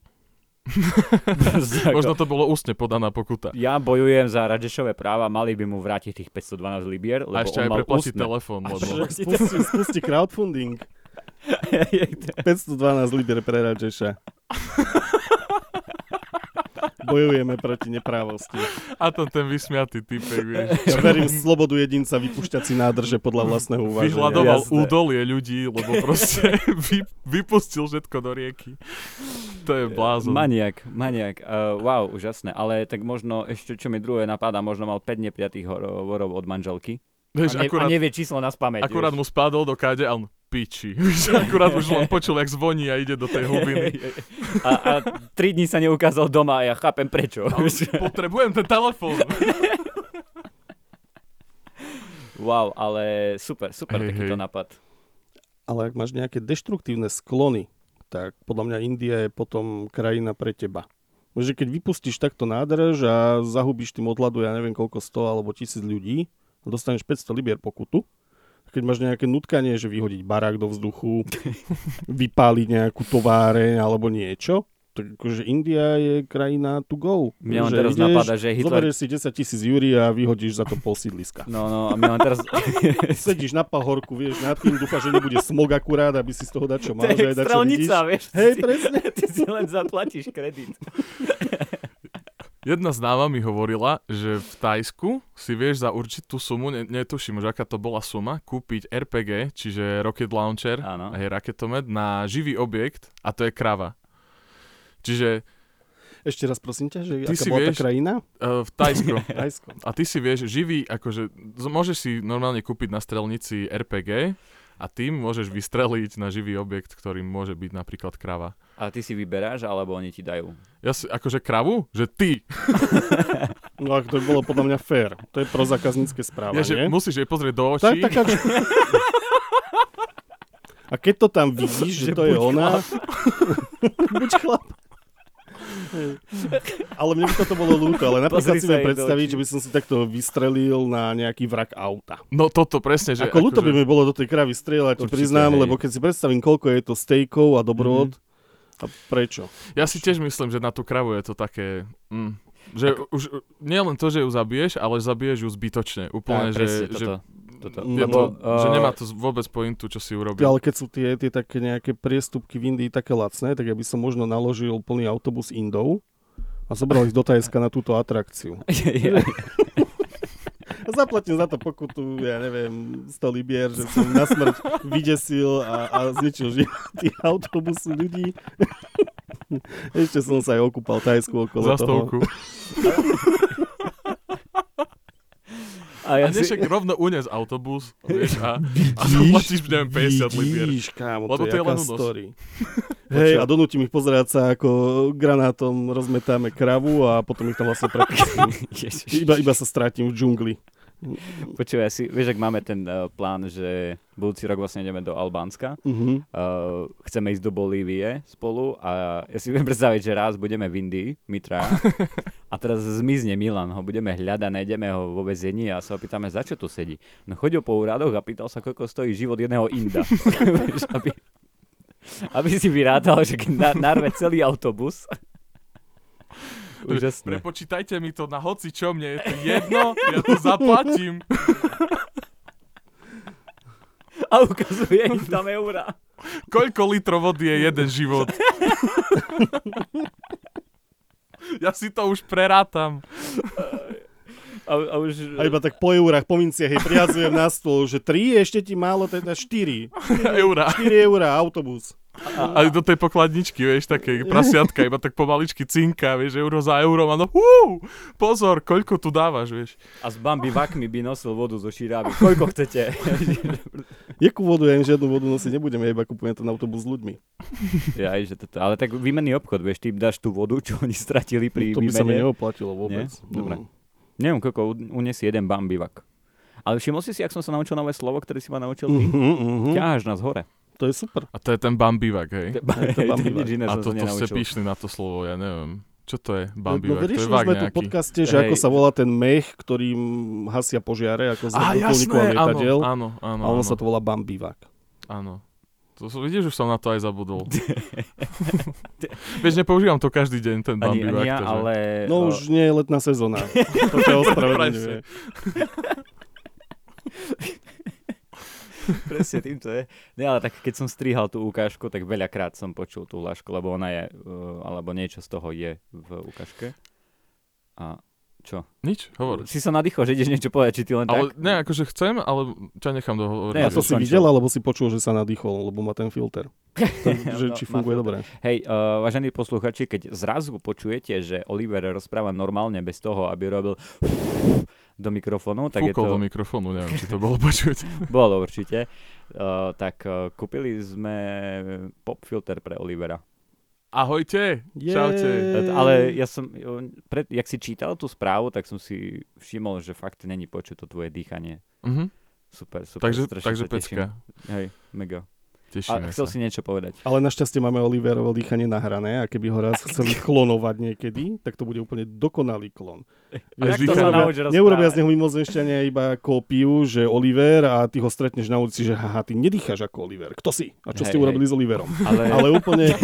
Možno to bolo ústne podaná pokuta. Ja bojujem za Radžešové práva, mali by mu vrátiť tých päťstodvanásť libier, lebo A ešte on aj mal preplatiť ústne. telefón. Lebo... Spusti, spusti crowdfunding. päťstodvanásť libier pre Radžeša. Bojujeme proti neprávosti. A to ten vysmiatý typek, vieš. Ja verím v slobodu jedinca vypúšťať si nádrže podľa vlastného uváženia. Vyhľadoval Jasné. údolie ľudí, lebo proste vy, vypustil všetko do rieky. To je blázon. Maniak, maniak. Uh, wow, úžasné. Ale tak možno ešte, čo mi druhé napadá, možno mal päť neprijatých hovorov od manželky. Vieš, a, ne, akurát, a nevie číslo na spamäť. akurát vieš. mu spadol do káde a on piči. Akurát už len počul, jak zvoní a ide do tej hlbiny. A, a tri dní sa neukázal doma a ja chápem prečo. A on, potrebujem ten telefón. Wow, ale super, super Hej, takýto hej. nápad. Ale ak máš nejaké deštruktívne sklony, tak podľa mňa India je potom krajina pre teba. Že keď vypustíš takto nádrž a zahubíš tým odhľadu, ja neviem koľko, sto alebo tisíc ľudí, dostaneš päťsto libier pokutu. Keď máš nejaké nutkanie, že vyhodiť barák do vzduchu, vypáliť nejakú továreň alebo niečo, tak akože India je krajina to go. Mňa len Že teraz ideš, napadá, že Hitler... zoberieš si desať tisíc júri a vyhodíš za to pol sídliska. No, no, a mňa len teraz... Sedíš na pahorku, vieš, nad tým, dúfam, že nebude smog akurát, aby si z toho dačo mal, To že je aj dačo vidíš. strelnica, vieš. Hej, ty si- presne. Ty si len zaplatíš kredit. Jedna známa mi hovorila, že v Tajsku si vieš za určitú sumu, ne, netuším už aká to bola suma, kúpiť er pé gé, čiže Rocket Launcher, Áno. hej, raketomet, na živý objekt a to je krava. Čiže Ešte raz prosím ťa, že Ty aká si bola tá vieš- krajina? uh, v Tajsku. Tajsko. A ty si vieš, živý, akože z- môžeš si normálne kúpiť na strelnici er pé gé a tým môžeš vystreliť na živý objekt, ktorým môže byť napríklad krava. A ty si vyberáš, alebo oni ti dajú? Ja si, akože kravu? Že ty. No ak to by bolo podľa mňa fér. To je prozákaznícke Ja, správanie. že musíš jej pozrieť do Tak, očí. tak, tak. A keď to tam vidíš, že, Že to je buď ona... buď chlap. Hej. Ale mne by toto bolo ľúto, ale napríklad Pozri si sa viem jej do predstaviť, očí. že by som si takto vystrelil na nejaký vrak auta. No toto presne, že... Ako ľúto by akože- mi bolo do tej kravy strieľať, ti Určite, priznám, hej. lebo keď si predstavím, koľko je to stejkov a dobrôd, a prečo? Ja si tiež myslím, že na tú kravu je to také... Mm, že už nie len to, že ju zabiješ, ale zabiješ ju zbytočne. Úplne, Tak, že, presne že, toto. toto. Mm. je Lebo, to, že uh, nemá to vôbec pointu, čo si urobil. Ale keď sú tie, tie také nejaké priestupky v Indii také lacné, tak ja by som možno naložil plný autobus Indov a zobral ich do Tajska na túto atrakciu. A zaplatím za to pokutu, ja neviem, sto libier, že som na smrť vydesil a, a zničil životy autobusu ľudí. Ešte som sa aj okúpal Tajsku okolo Za toho. stovku. A Ja ja a si... nešak rovno unies autobus, vieš, a, a zaplatíš, neviem, päťdesiat libier. Vidíš, kámo, Lebo to je to je jaká len únos. story. Hej, a donútim ich pozerať sa, ako granátom rozmetáme kravu a potom ich tam vlastne prepustím. Ježiš. Iba, iba sa strátim v džungli. Počúvaj, si, vieš, ak máme ten uh, plán, že budúci rok vlastne ideme do Albánska, Uh-huh. uh, chceme ísť do Bolívie spolu a ja si viem predstaviť, že raz budeme v Indii, my traja, a teraz zmizne Milan, ho budeme hľadať, nájdeme ho vo väzení a sa opýtame, za čo tu sedí. No chodil po úradoch a pýtal sa, koľko stojí život jedného Inda. Vieš, aby, aby si vyrátal, že keď na, narve celý autobus. Úžasné. Prepočítajte mi to na hoci čo, mne je to jedno, ja to zaplatím. A ukazuje im tam eurá. Koľko litrov vody je jeden život? Ja si to už prerátam. A, a už... A iba tak po eurách, po minciach jej prihazujem na stôl, že tri, ešte ti málo, teda štyri. Eurá. štyri eurá, autobus. A do tej pokladničky, vieš, také prasiatka, iba tak pomaličky cinka, vieš, euro za eurom, a no, hú, pozor, koľko tu dávaš, vieš. A s bambivakmi by nosil vodu zo šíravy. Koľko chcete? Jakú vodu, ja im žiadnu vodu nosiť nebudeme, iba kupujem ten autobus s ľuďmi. Ja, že toto. Ale tak výmenný obchod, vieš, ty im dáš tú vodu, čo oni stratili pri To by sa mi výmene. neoplatilo vôbec. Nie? Dobre. Mm. Neviem, koľko uniesie jeden bambivak. Ale všimol si si, ak som sa naučil nové slovo, ktoré si ma naučil ty? Uh-huh, uh-huh. Ťaháš nás hore. To je super. A to je ten bambivak, hej? To je bambivak. A to, to ste píšli na to slovo, ja neviem. Čo to je bambivak? No, to je vyriešili vák sme tu v nejaký. podcaste, že Hej. ako sa volá ten mech, ktorým hasia požiare, ako z Á, vrtuľníkov a jasné, áno, lietadiel. áno, áno. A ono áno. sa to volá bambivak. Áno. To som, vidíš, už som na to aj zabudol. Vieš, nepoužívam to každý deň, ten Ani, bambivak. ani ja, takže... ale... No o, už nie je letná sezóna. To ťa ospravedlňuje. Presne týmto je. Nie, ale tak keď som strihal tú ukážku, tak veľakrát som počul tú hlášku, lebo ona je, uh, alebo niečo z toho je v ukážke. A čo? Nič, hovor. Si sa nadýchol, že ideš niečo povedať, či ty len Ale tak? ne, akože chcem, ale ťa nechám dohovoriť. Ne, A to si skončil. videl, alebo si počul, že sa nadýchol, lebo má ten filter. Takže či Má funguje filter. dobre. Hej, uh, vážení posluchači, keď zrazu počujete, že Oliver rozpráva normálne bez toho, aby robil do mikrofónu, tak Fúkol je to... do mikrofónu, neviem, či to bolo počuť. Bolo určite. Uh, tak uh, kúpili sme pop filter pre Olivera. Ahojte, čaute. Jej. Ale ja som, pred, jak si čítal tú správu, tak som si všimol, že fakt není počuť to tvoje dýchanie. Mhm. Super, super. Takže, strašne takže sa teším. pecka. Hej, mega. Tešíme A chcel sa. si niečo povedať? Ale našťastie máme Oliverovo dýchanie nahrané a keby ho raz chceli klonovať niekedy, tak to bude úplne dokonalý klon. Aj Jak dýchanie. to sa neurobia, nauč rozprávať? neurobia z neho mimozemšťania iba kópiu, že Oliver a ty ho stretneš na ulici, že haha, ty nedýcháš ako Oliver. Kto si? A čo Hej, ste urobili hej. s Oliverom? Ale, Ale úplne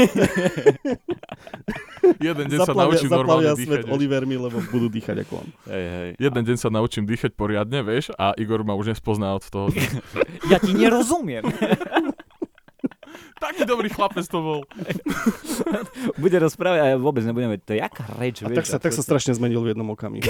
Jeden deň sa zaplavia, naučím normálne zaplavia svet dýchať. vieš. Olivermi, lebo budú dýchať ako on. hej, hej. Jeden deň sa naučím dýchať poriadne, vieš, a Igor ma už nespozná od toho. Ja ti nerozumiem. Taký dobrý chlapec to bol. Bude rozprávať a ja vôbec nebudem vedieť, to je jaká reč, A vieš. tak sa, tak sa strašne zmenil v jednom okamihu.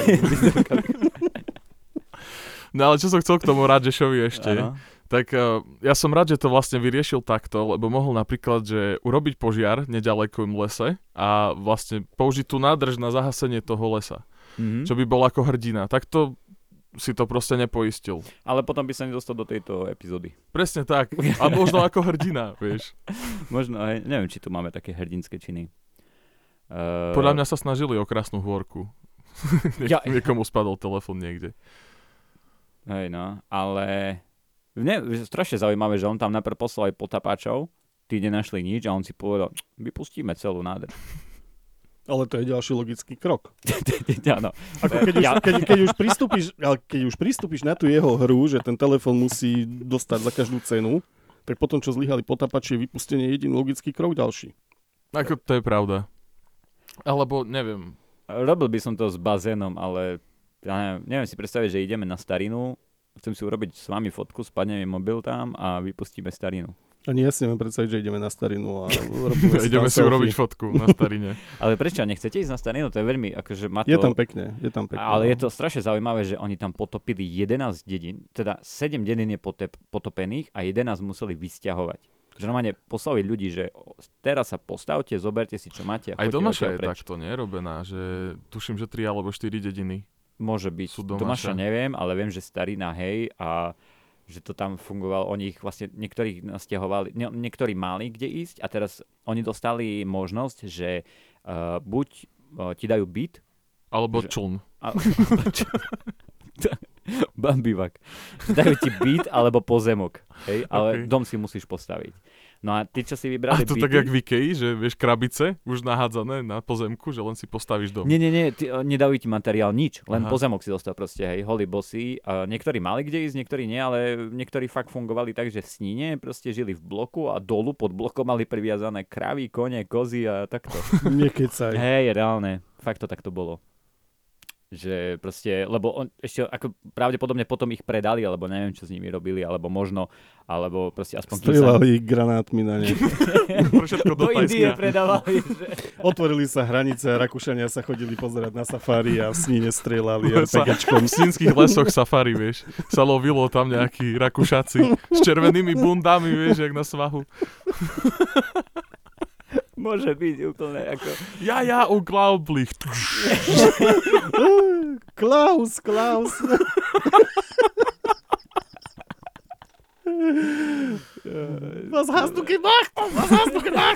No ale čo som chcel k tomu Radžešovi ešte, Áno. tak uh, ja som rád, že to vlastne vyriešil takto, lebo mohol napríklad, že urobiť požiar nedaleko im lese a vlastne použiť tú nádrž na zahasenie toho lesa, Mhm. čo by bol ako hrdina. Tak to si to proste nepoistil. Ale potom by sa nedostal do tejto epizódy. Presne tak. A možno ako hrdina, vieš. Možno, hej, neviem, či tu máme také hrdinské činy. Uh, Podľa mňa sa snažili o krásnu hôrku. Niek- Ja- Niekomu spadol telefon niekde. Hej, no, ale... Ne, strašne zaujímavé, že on tam najprv poslal aj potapáčov, tí nenašli nič a on si povedal, vypustíme celú nádrž. Ale to je ďalší logický krok. Áno. Ako keď, už, Ja- keď, keď, už pristúpiš, ale keď už pristúpiš na tú jeho hru, že ten telefón musí dostať za každú cenu, tak potom, čo zlyhali potapači, je vypustenie jediný logický krok ďalší. Ako to je pravda. Alebo neviem. Robil by som to s bazénom, ale ja neviem, neviem si predstaviť, že ideme na starinu, chcem si urobiť s vami fotku, spadne mi mobil tam a vypustíme starinu. Ani ja si neviem predstaviť, že ideme na starinu a robíme si Ideme tam si selfie. urobiť fotku na starine. Ale prečo? Nechcete ísť na starinu? To je veľmi, akože má to... Je tam pekne, je tam pekne. Ale no. je to strašne zaujímavé, že oni tam potopili jedenásť dedín, teda sedem dedín je potep, potopených a jedenásť museli vysťahovať. Že normálne poslali ľudí, že teraz sa postavte, zoberte si, čo máte. A Aj choďte Domaša odtiaľ je preč. takto nerobená, že tuším, že tri alebo štyri dediny. Môže byť. Sú Domaša Domaša. neviem, ale viem, že starina, hej, a že to tam fungovalo, oni ich vlastne, niektorých nasťahovali, nie, niektorí mali kde ísť a teraz oni dostali možnosť, že uh, buď uh, ti dajú byt, Alebo Že- čln. a, bambivak, dajú ti byt alebo pozemok, hej, ale Ok. dom si musíš postaviť. No a tí, čo si A vybrali to byty... tak jak v Ikei, že vieš krabice už nahádzané na pozemku, že len si postavíš dom. Nie, nie, nie, ty, uh, nedajú ti materiál, nič, len Aha. pozemok si dostal proste, hej, holý bosý. A niektorí mali kde ísť, niektorí nie, ale niektorí fakt fungovali tak, že v Sníne proste žili v bloku a dolu pod blokom mali priviazané kravy, kone, kozy a takto. Nekecaj. Hej, reálne, fakt to takto bolo. Že proste, lebo on ešte ako pravdepodobne potom ich predali, alebo neviem, čo s nimi robili, alebo možno, alebo proste aspoň kým sa... Strieľali ich granátmi na ne. Všetko Do do Indie Tajska. predávali, že... Otvorili sa hranice a Rakúšania sa chodili pozerať na safári a v Sníne strieľali Sa- RPGčkom. V Snínskych lesoch safari, vieš. Sa lovilo tam nejakí Rakúšaci s červenými bundami, vieš, jak na svahu. Môže byť úplne ako... Ja, ja, unglaublich. Klaus, Klaus. Was hast du gemacht? Was hast du gemacht?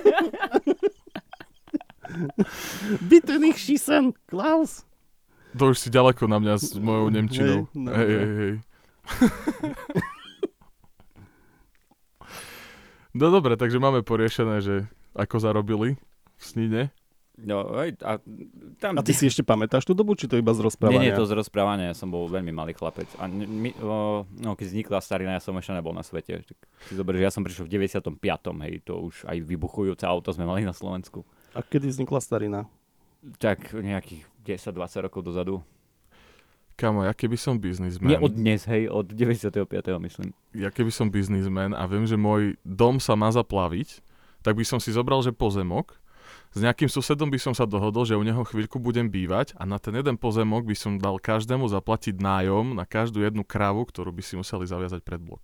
Bitte nicht schießen, Klaus. To už si ďaleko na mňa s mojou nemčinou. Hej, no, Hej, no. hej, hej. No dobre, takže máme poriešené, že ako zarobili v Snine. No, hej, a tam... A ty si ešte pamätáš tú dobu, či to iba z rozprávania? Nie, nie, to z rozprávania, ja som bol veľmi malý chlapec. A my, o, no, keď vznikla Starina, ja som ešte nebol na svete. Tak si zober, že ja som prišiel v deväťdesiatom piatom, hej, to už aj vybuchujúce auto sme mali na Slovensku. A kedy vznikla Starina? Tak nejakých desať dvadsať rokov dozadu. Kamo, ja keby som biznismen... Nie od dnes, hej, od deväťdesiateho piateho myslím. Ja keby som biznismen a viem, že môj dom sa má zaplaviť, tak by som si zobral, že pozemok, s nejakým susedom by som sa dohodol, že u neho chvíľku budem bývať a na ten jeden pozemok by som dal každému zaplatiť nájom na každú jednu kravu, ktorú by si museli zaviazať pred blok.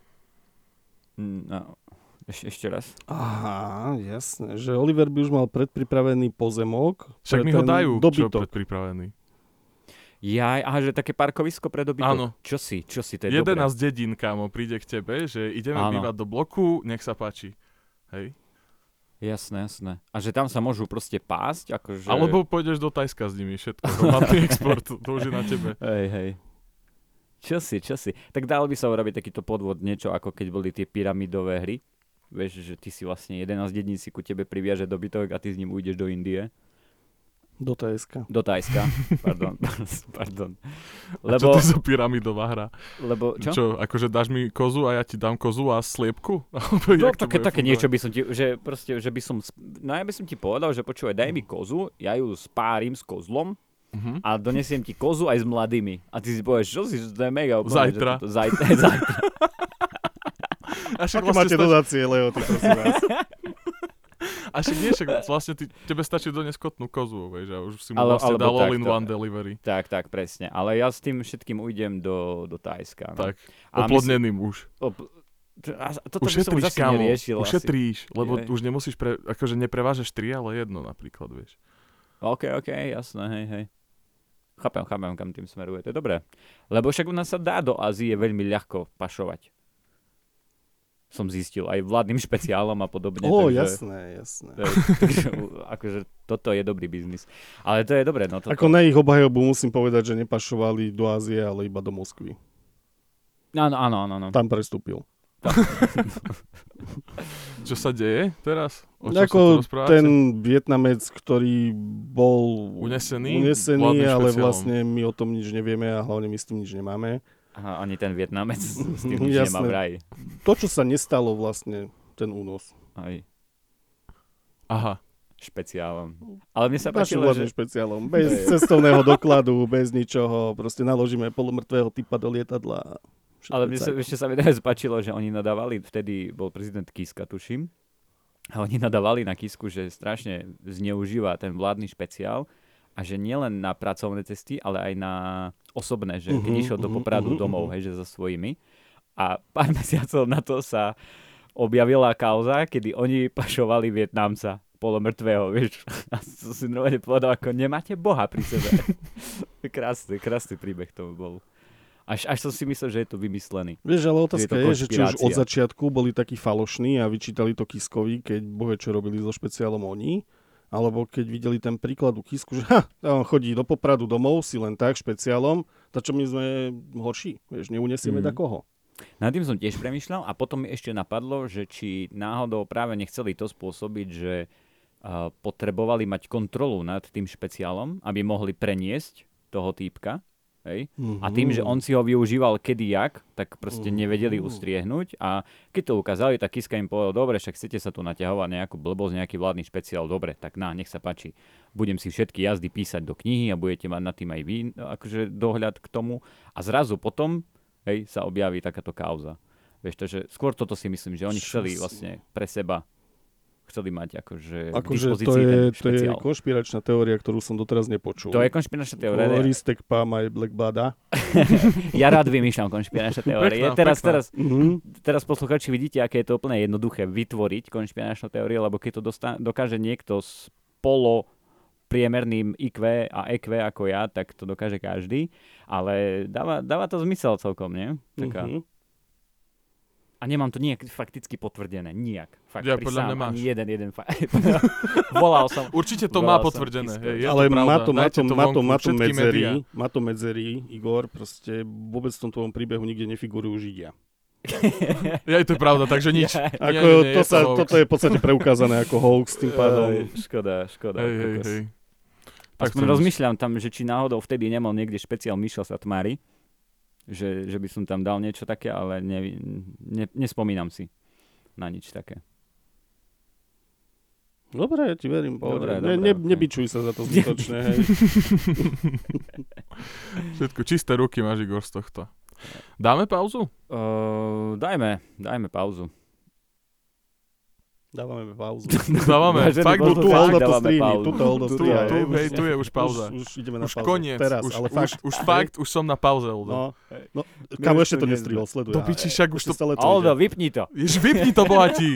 No, ešte, ešte raz. Aha, jasné, že Oliver by už mal predpripravený pozemok. Však mi ho dajú, dobytok. čo predpripravený. Jaj, aha, že také parkovisko pre dobytok. Áno. Čo si, čo si, to je Jeden dobré. z dedín, kámo, príde k tebe, že ideme Áno. bývať do bloku, nech sa páči. Hej. Jasné, jasné. A že tam sa môžu proste pásť, akože... Alebo pôjdeš do Tajska s nimi, všetko. Domáci export, to už je na tebe. Hej, hej. Čo si, čo si. Tak dal by sa urobiť takýto podvod, niečo ako keď boli tie pyramidové hry. Vieš, že ty si vlastne jedenásť dedín si ku tebe priviaže dobytok a ty s ním ujdeš do Indie. Do Tajska. Do Tajska, pardon, pardon. A čo to je za pyramidová hra? Lebo, čo? Čo, akože dáš mi kozu a ja ti dám kozu a sliepku? No, také, také niečo by som ti, že proste, že by som, no ja by som ti povedal, že počúvaj, daj mi kozu, ja ju spárim s kozlom uh-huh. a donesiem ti kozu aj s mladými. A ty si povieš, čo si, že to je mega úplne. Zajtra. Že to, zajtra, zajtra. A však Aké vlastne máte stačí, dodácie, Leo, ty prosím vás. a však nie, však vlastne ty, tebe stačí doniesť kotnú kozu, vieš, a už si mu Ale- vlastne alebo dal all takto. in one delivery. Tak, tak, presne. Ale ja s tým všetkým ujdem do, do Tajska. No. Tak, A oplodneným už. Op- a toto by som Ušetríš, zase kámo, neriešil asi. ušetríš, lebo Je. už nemusíš, pre, akože neprevážeš tri, ale jedno napríklad, vieš. OK, OK, jasné, hej, hej. Chápem, chápem, kam tým smeruje, to je dobré. Lebo však u nás sa dá do Ázie veľmi ľahko pašovať. Som zistil, aj vládnym špeciálom a podobne. Ó, takže, jasné, jasné. takže, takže, akože toto je dobrý biznis. Ale to je dobré, no toto. Ako na ich obhajobu musím povedať, že nepašovali do Ázie, ale iba do Moskvy. Áno, áno, áno. áno. Tam prestúpil. Čo sa deje teraz? O čom sa tu Ako rozprávate? ten Vietnamec, ktorý bol Unesený? unesený Vládnym ale špeciálom. vlastne my o tom nič nevieme a hlavne my s tým nič nemáme. Aha, ani ten Vietnamec s tým nič Jasné. nemá vraj. To, čo sa nestalo vlastne, ten únos. Aj Aha. špeciálom. Ale mne sa Našim páčilo, vlastným že... špeciálom. Bez cestovného dokladu, bez ničoho. Proste naložíme polomrtvého typa do lietadla. a všetko Ale mne sa, cajk. ešte sa mi najviac páčilo, že oni nadávali, vtedy bol prezident Kiska, tuším, a oni nadávali na Kisku, že strašne zneužíva ten vládny špeciál a že nielen na pracovné cesty, ale aj na osobné, že keď Mhm, išiel do mhm, Popradu mhm, domov, mhm. hej, že so svojimi. A pár mesiacov na to sa objavila kauza, kedy oni pašovali Vietnamca polomrtvého, vieš. A to si normálne povedal, ako nemáte Boha pri sebe. krásny, krásny príbeh to bol. Až, až som si myslel, že je to vymyslený. Vieš, ale Že je otázka to je, že či už konšpirácia. od začiatku boli takí falošní a vyčítali to Kiskovi, keď bohe čo robili so špeciálom oni, alebo keď videli ten príklad u Kisku, že ha, on chodí do Popradu domov si len tak špeciálom, tak čo my sme horší, vieš, neunesieme Mhm. da koho. Nad tým som tiež premýšľal a potom mi ešte napadlo, že či náhodou práve nechceli to spôsobiť, že uh, potrebovali mať kontrolu nad tým špeciálom, aby mohli preniesť toho týpka. Hej? Mm-hmm. A tým, že on si ho využíval kedy jak, tak proste nevedeli Mhm. ustriehnúť a keď to ukázali, tak Kiska im povedal, dobre, však chcete sa tu naťahovať nejakú blbosť, nejaký vládny špeciál, dobre, tak na, nech sa páči. Budem si všetky jazdy písať do knihy a budete mať nad tým aj vy akože dohľad k tomu. A zrazu potom, hej, sa objaví takáto kauza. Vieš, takže skôr toto si myslím, že oni Čo chceli si- vlastne pre seba chceli mať akože, k Akože dispozícii to je, ten to je špeciál. konšpiračná teória, ktorú som doteraz nepočul. To je konšpiračná teória. Ristek Palm aj Black Bada. Ja rád vymýšľam konšpiračné teórie. Pekná, Teraz, pekná. teraz, Mm-hmm. teraz posluchači vidíte, aké je to úplne jednoduché vytvoriť konšpiračnú teóriu, lebo keď to dosta- dokáže niekto s polo priemerným í kvé a é kvé ako ja, tak to dokáže každý. Ale dáva, dáva to zmysel celkom, nie? Taká... Mm-hmm. A nemám to nijak fakticky potvrdené. Nijak. Fakt, Ja, podľa mňa máš. Ani jeden, jeden fakt. Volal som. Určite to volal má potvrdené. som Hej, je ale to pravda. má to, má to, Dajte má to, vonku, má to všetky medzery, médiá. má to medzery, Igor, proste vôbec v tom tvojom príbehu nikde nefigurujú Židia. Ja, to je pravda, takže nič. Ja. Nie, Ako, nie, nie, to je sa, hoax. toto je v podstate preukázané ako hoax, tým pádom. Ej, škoda, škoda. Hej, hej, kokos. hej. Aspoň to rozmýšľam tam, že či náhodou vtedy nemal niekde špeciál Michel Satmári, že, že by som tam dal niečo také, ale ne, ne, nespomínam si na nič také. Dobre, ja ti verím, pohode. Dobre, Ne, dobre, ne, okej. nebičuj sa za to zbytočné, hej. Všetko, čisté ruky máš, Igor, z tohto. Dáme pauzu? Uh, dajme, dajme pauzu. Dávame pauzu. Dávame, Vážený fakt, poslucháč, Tu hold up to dávame streamy, pauzu. tu to hold up tu, streamy. tu, hej, hej, tu je už pauza. Už, už ideme na Už pauzu. koniec, Teraz, už, ale už, fakt. už fakt, už som na pauze, Oldo. No, no, My kamo už ešte to to nie nestrihol, sleduj. Do piči, však už to... stále to Aldo, ide. vypni to. Jež, vypni to, bohatí!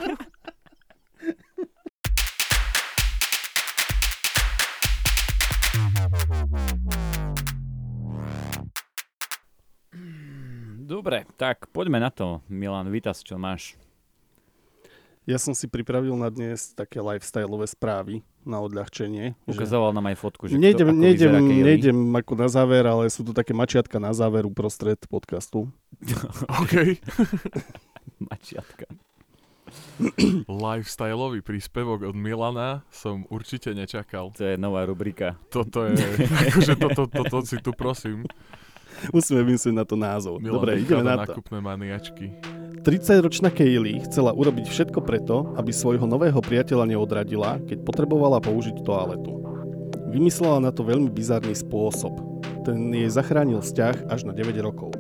Dobre, tak poďme na to. Milan, vítas, čo máš? Ja som si pripravil na dnes také lifestyleové správy na odľahčenie. že- Ukazoval nám aj fotku, že Nejdem, kto, ako nejdem, vyzerá Kaylee. nejdem ako na záver, ale sú tu také mačiatka na záver uprostred podcastu. OK. Mačiatka. Lifestyleový príspevok od Milana som určite nečakal. To je nová rubrika. Toto je... akože toto, toto, toto si tu prosím. Musíme vymyslieť na to názov. Milan Dobre, ideme na to. nákupné maniačky. tridsaťročná Kaylee chcela urobiť všetko preto, aby svojho nového priateľa neodradila, keď potrebovala použiť toaletu. Vymyslela na to veľmi bizarný spôsob. Ten jej zachránil vzťah až na deväť rokov.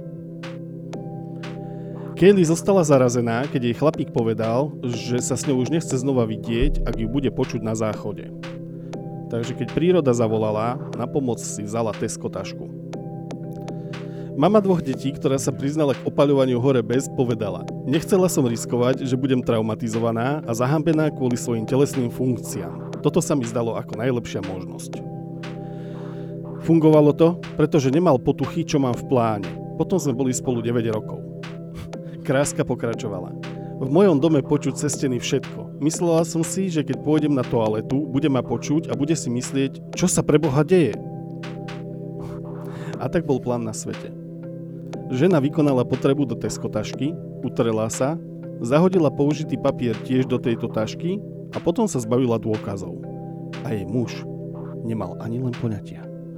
Kaylee zostala zarazená, keď jej chlapík povedal, že sa s ňou už nechce znova vidieť, ak ju bude počuť na záchode. Takže keď príroda zavolala, na pomoc si vzala Tesco tašku. Mama dvoch detí, ktorá sa priznala k opaľovaniu hore bez, povedala: Nechcela som riskovať, že budem traumatizovaná a zahambená kvôli svojim telesným funkciám. Toto sa mi zdalo ako najlepšia možnosť. Fungovalo to, pretože nemal potuchy, čo mám v pláne. Potom sme boli spolu deväť rokov. Kráska pokračovala. V mojom dome počuť cez steny všetko. Myslela som si, že keď pôjdem na toaletu, bude ma počuť a bude si myslieť, čo sa pre Boha deje. A tak bol plán na svete. Žena vykonala potrebu do Tesco tašky, utrela sa, zahodila použitý papier tiež do tejto tašky a potom sa zbavila dôkazov. A jej muž nemal ani len poňatia.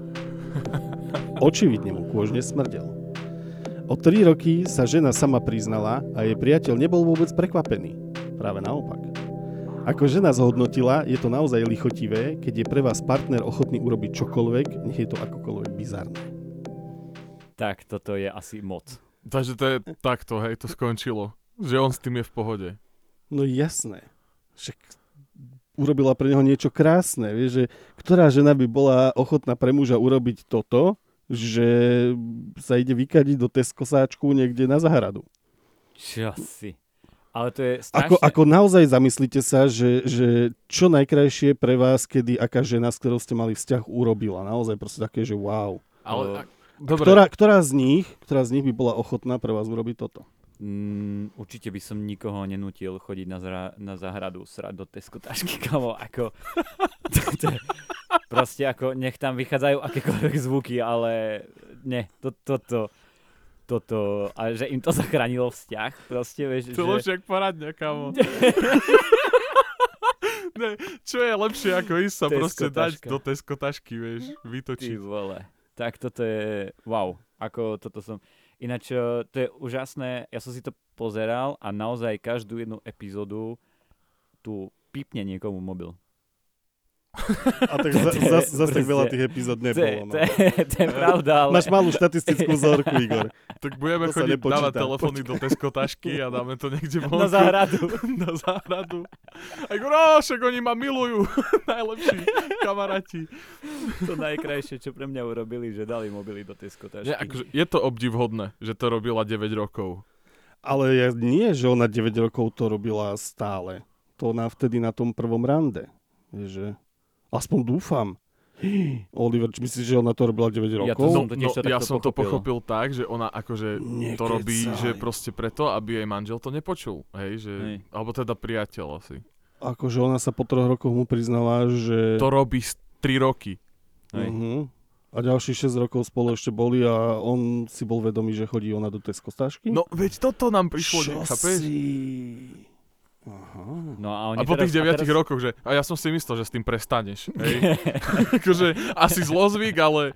Očividne mu kôž nesmrdel. O tri roky sa žena sama priznala a jej priateľ nebol vôbec prekvapený. Práve naopak. Ako žena zhodnotila, je to naozaj lichotivé, keď je pre vás partner ochotný urobiť čokoľvek, nech je to akokoľvek bizarné. Tak, toto je asi moc. Takže to je takto, hej, to skončilo. Že on s tým je v pohode. No jasné. Však urobila pre neho niečo krásne. Vieš, že ktorá žena by bola ochotná pre muža urobiť toto, že sa ide vykadiť do Tescosáčku niekde na záhradu. Čo si? Ale to je strašne... Ako, ako naozaj zamyslite sa, že, že čo najkrajšie pre vás, kedy aká žena, s ktorou ste mali vzťah, urobila. Naozaj proste také, že wow. Ale... Ale- Dobre, Ktorá, ktorá, z nich, ktorá z nich by bola ochotná pre vás urobiť toto? Mm, určite by som nikoho nenútil chodiť na, zra- na záhradu srať do Tesco tašky, kamo, ako... to, to, proste ako, nech tam vychádzajú akékoľvek zvuky, ale ne, to, toto, toto, a že im to zachránilo vzťah, proste, vieš, to je že... lepšie ako poradňa, kamo. Ne, čo je lepšie ako ísť sa Tesco proste dať taška. do Tesco tašky, vieš, Ty vytočiť. vole. Tak toto je, wow, ako toto som, ináč eh, to je úžasné, ja som si to pozeral a naozaj každú jednu epizódu tu pípne niekomu mobil. A tak za, za, zase tak veľa tých epizód To je, nebolo. No. to, je, to je pravda, ale... Máš malú štatistickú vzorku, Igor. Tak budeme To sa chodiť nepočíta. dávať telefóny do Tesco tašky a dáme to niekde vonku. Na záhradu. Na záhradu. A Igor, no, však oni ma milujú. Najlepší kamaráti. To najkrajšie, čo pre mňa urobili, že dali mobily do Tesco tašky. Nie, akože je to obdivhodné, že to robila deväť rokov. Ale ja, nie, že ona deväť rokov to robila stále. To ona vtedy na tom prvom rande. Vieš, že aspoň dúfam. Oliver, či myslíš, že ona to robila deväť Ja to rokov? som No, totiž to ja takto som to pochopil. pochopil tak, že ona akože to Nekecaj. robí, že proste preto, aby jej manžel to nepočul. Hej, že, Hej. alebo teda priateľ asi. Akože ona sa po troch rokoch mu priznala, že... To robí tri roky. Hej. Uh-huh. A ďalších šesť rokov spolu ešte boli a on si bol vedomý, že chodí ona do Tesco stážky? No veď toto nám prišlo, Čo chápeš? si... Aha. No a oni A po teraz, tých deviatich teraz... rokoch, že a ja som si myslel, že s tým prestaneš. Hej. Akože asi zlozvyk, ale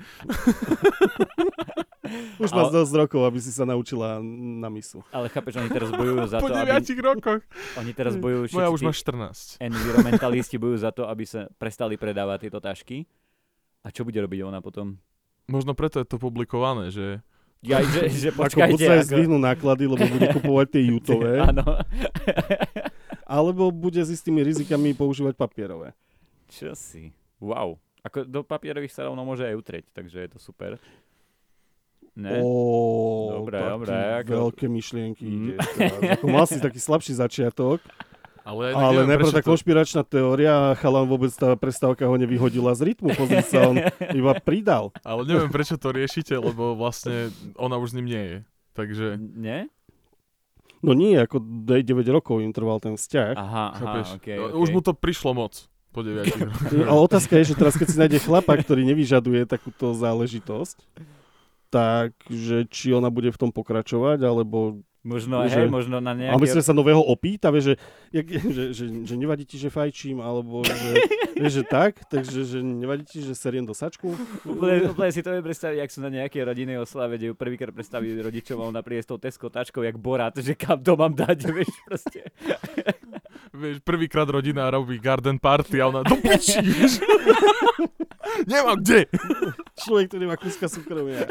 Už má Ale- dosť rokov, aby si sa naučila na misu. Ale chápeš, oni teraz bojujú za po to, aby... deviatich rokoch. Oni teraz bojujú, Moja všetci už má tí štrnásť. environmentalisti bojujú za to, aby sa prestali predávať tieto tašky. A čo bude robiť ona potom? Možno preto je to publikované, že Ja, že, že Ako buď počkajte. sa aj zdvihnú náklady, lebo bude kupovať tie jutové, Áno. alebo bude s istými rizikami používať papierové. Čo si? Wow. Ako do papierových sa rovno môže aj utrieť, takže je to super. Ne? Ó, Dobre, taký dobre, ako- veľké myšlienky Mm. ide teraz. Ako mal si taký slabší začiatok, ale, ja ale neviem, najprv prečo tá to- konšpiračná teória a chalan vôbec tá prestávka ho nevyhodila z rytmu, pozri sa, on iba pridal. ale neviem, prečo to riešite, lebo vlastne ona už s ním nie je. Takže, Nie? No nie, ako deväť rokov im trval ten vzťah. Aha, aha, chápeš? okej, No, okej. Už mu to prišlo moc po deviatich rokoch. A otázka je, že teraz keď si nájde chlapa, ktorý nevyžaduje takúto záležitosť, tak, že či ona bude v tom pokračovať, alebo... Možno, že- hej, možno na A nejaké... myslím sa nového opýta, vie, že, jak, že, že, že nevadí ti, že fajčím, alebo že, vieš, že tak, takže že nevadí ti, že seriem do sačku. Úplne, úplne si to viem predstaviť, ak sú na nejaké rodinnej oslave, kde ju prvýkrát predstaví rodičom a ona príde s tou Tesco tačkou, jak Borat, že kam to mám dať, vieš, proste. Vieš, prvýkrát rodina robí garden party a ona do piči, vieš. Nemám kde. Človek, ktorý má kúska súkromia.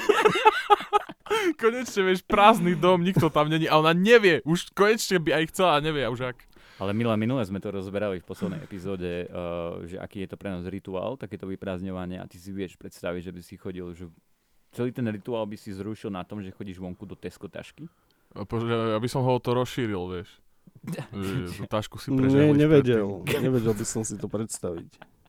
Konečne, vieš, prázdny dom, nikto tam není a ona nevie. Už konečne by aj chcela a nevie už ak. Ale Mila, minule sme to rozberali v poslednej epizóde, uh, že aký je to pre nás rituál, takéto vyprázdňovanie a ty si vieš predstaviť, že by si chodil, že celý ten rituál by si zrušil na tom, že chodíš vonku do Tesco tašky. A pože- Aby som ho o to rozšíril, vieš. Že tú tašku si Nie, prežiaľ. nevedel. Nevedel by som si to predstaviť.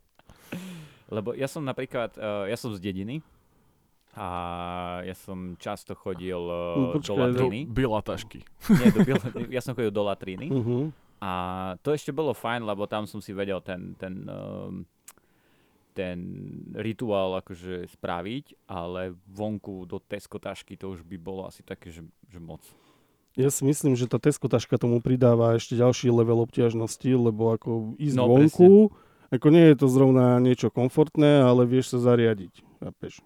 Lebo ja som napríklad, uh, ja som z dediny a ja som často chodil No, uh, do počkaj, Do latriny. byla tašky. Nie, do Biel- ja som chodil do latriny. Uh-huh. A to ešte bolo fajn, lebo tam som si vedel ten, ten, um, ten rituál akože spraviť, ale vonku do Tesco tašky to už by bolo asi také, že, že moc. Ja si myslím, že tá Tesco taška tomu pridáva ešte ďalší level obťažnosti, lebo ako ísť No, vonku, ako nie je to zrovna niečo komfortné, ale vieš sa zariadiť. Chápeš?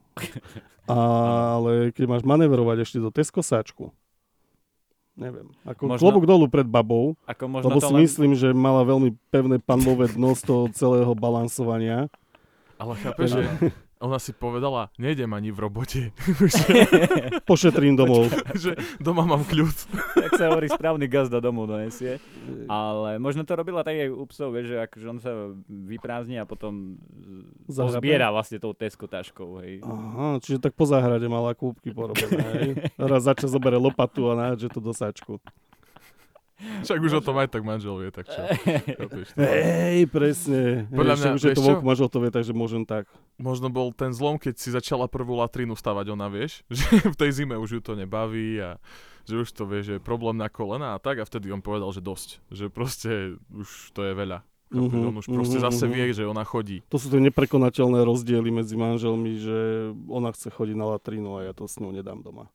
Ale keď máš manevrovať ešte do Tesco sáčku, neviem. Ako Možno- klobúk dolu pred babou, Ako možno lebo to si len... myslím, že mala veľmi pevné panvové dno z toho celého balansovania. Ale chápeš, že ona si povedala, nejdem ani v robote. Pošetrím domov. Že doma mám kľud. Tak sa hovorí, správny gazda domov donesie. Ale možno to robila tak aj u psov, vieš, že akože on sa vyprázdni a potom Zahrabe? zbiera vlastne tou Tesco taškou, hej. Aha, čiže tak po záhrade mala kúpky porobené. Hej. Raz za čas zobere lopatu a nájde to do sáčku. Však už o tom aj tak manžel vie, tak čo. Chápeš? Hej, presne. Podľa Hej, mňa, však už je to vieš čo? vonku manžel to vie, takže môžem tak. Možno bol ten zlom, keď si začala prvú latrínu stavať ona, vieš, že v tej zime už ju to nebaví a že už to vie, že je problém na kolena a tak a vtedy on povedal, že dosť, že proste už to je veľa. Chápeš? Mhm, On už proste mhm, zase mhm. vie, že ona chodí. To sú tie neprekonateľné rozdiely medzi manželmi, že ona chce chodiť na latrínu a ja to s ňou nedám doma.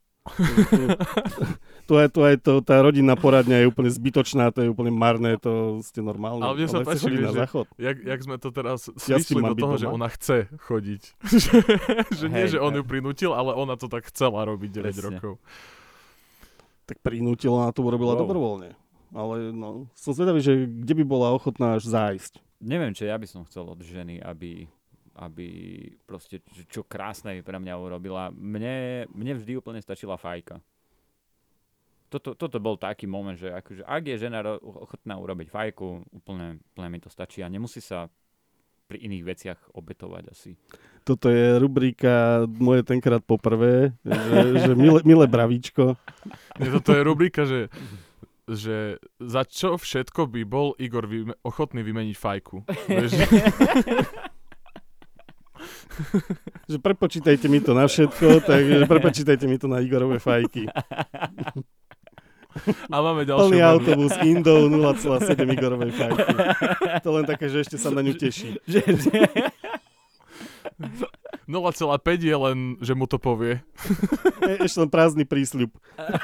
to je, to je to, tá rodinná poradňa je úplne zbytočná, to je úplne marné, to ste normálne. Ale mne sa chce páči, chodiť vieš, na že- záchod. Jak, jak sme to teraz Ja s tým svičili mám do byť toho, doma? že ona chce chodiť. že že nie, Hej, že on hej. ju prinútil, ale ona to tak chcela robiť deväť Presne. rokov. Tak prinútila, ona to urobila Wow. dobrovoľne. Ale no, som zvedavý, že kde by bola ochotná až zájsť. Neviem, čo ja by som chcel od ženy, aby, aby proste, čo- čo krásne pre mňa urobila. Mne, mne vždy úplne stačila fajka. Toto, toto bol taký moment, že akože, ak je žena ro- ochotná urobiť fajku, úplne, úplne mi to stačí a nemusí sa pri iných veciach obetovať asi. Toto je rubrika moje tenkrát poprvé, že, že milé, milé bravíčko. Nie, toto je rubrika, že, že za čo všetko by bol Igor vyme- ochotný vymeniť fajku. Vieš, že- Že prepočítajte mi to na všetko, takže prepočítajte mi to na Igorové fajky. A máme ďalšiu Plný menu. autobus Indov nula celá sedem Igorovej fajky. To len také, že ešte sa na ňu teší. nula celá päť je len, že mu to povie. E, ešte len prázdny prísľub.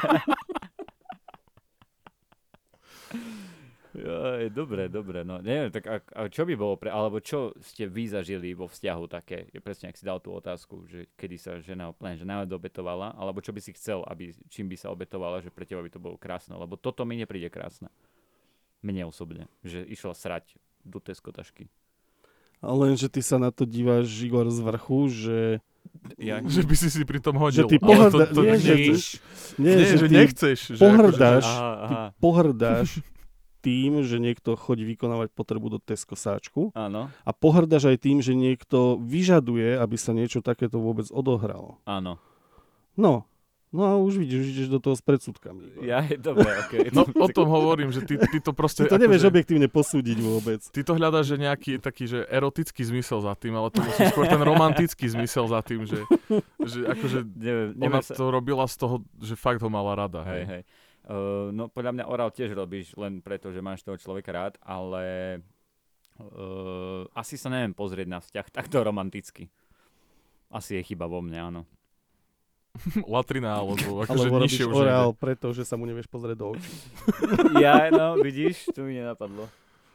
Joj, dobre, dobre, no neviem, tak a, a čo by bolo pre, alebo čo ste vy zažili vo vzťahu také, je presne, ak si dal tú otázku, že kedy sa žena úplne, že najviac obetovala, alebo čo by si chcel, aby, čím by sa obetovala, že pre teba by to bolo krásne, lebo toto mi nepríde krásne. Mne osobne, že išla srať do Tesco tašky. Ale len, že ty sa na to díváš, Igor, z vrchu, že... Ja, Že by si si pri tom hodil. Že ty Ale pohrda... to, to nie, že, nechceš. nie, Nie, že, že ty nechceš. Že pohrdáš, aha, ty aha. pohrdáš tým, že niekto chodí vykonávať potrebu do Tesco sáčku Áno, a pohrdáš aj tým, že niekto vyžaduje, aby sa niečo takéto vôbec odohralo. áno. No, no a už vidíš, už ideš do toho s predsudkami. Ja, je dobre, okej. No o tom hovorím, že ty, ty to proste... Ty to nevieš akože- objektívne posúdiť vôbec. Ty to hľadáš, že nejaký taký, že erotický zmysel za tým, ale to musí skôr ten romantický zmysel za tým, že, že akože Neviem, ona neviem sa... to robila z toho, že fakt ho mala rada. Hej, Hej. hej. Uh, no podľa mňa orál tiež robíš len preto, že máš toho človeka rád, ale uh, asi sa neviem pozrieť na vzťah takto romanticky. Asi je chyba vo mne, áno. Latrina, alebo akože Alebo nižšie robíš už nejde. orál preto, že sa mu nevieš pozrieť do očí. Ja, no, vidíš, to mi nenapadlo.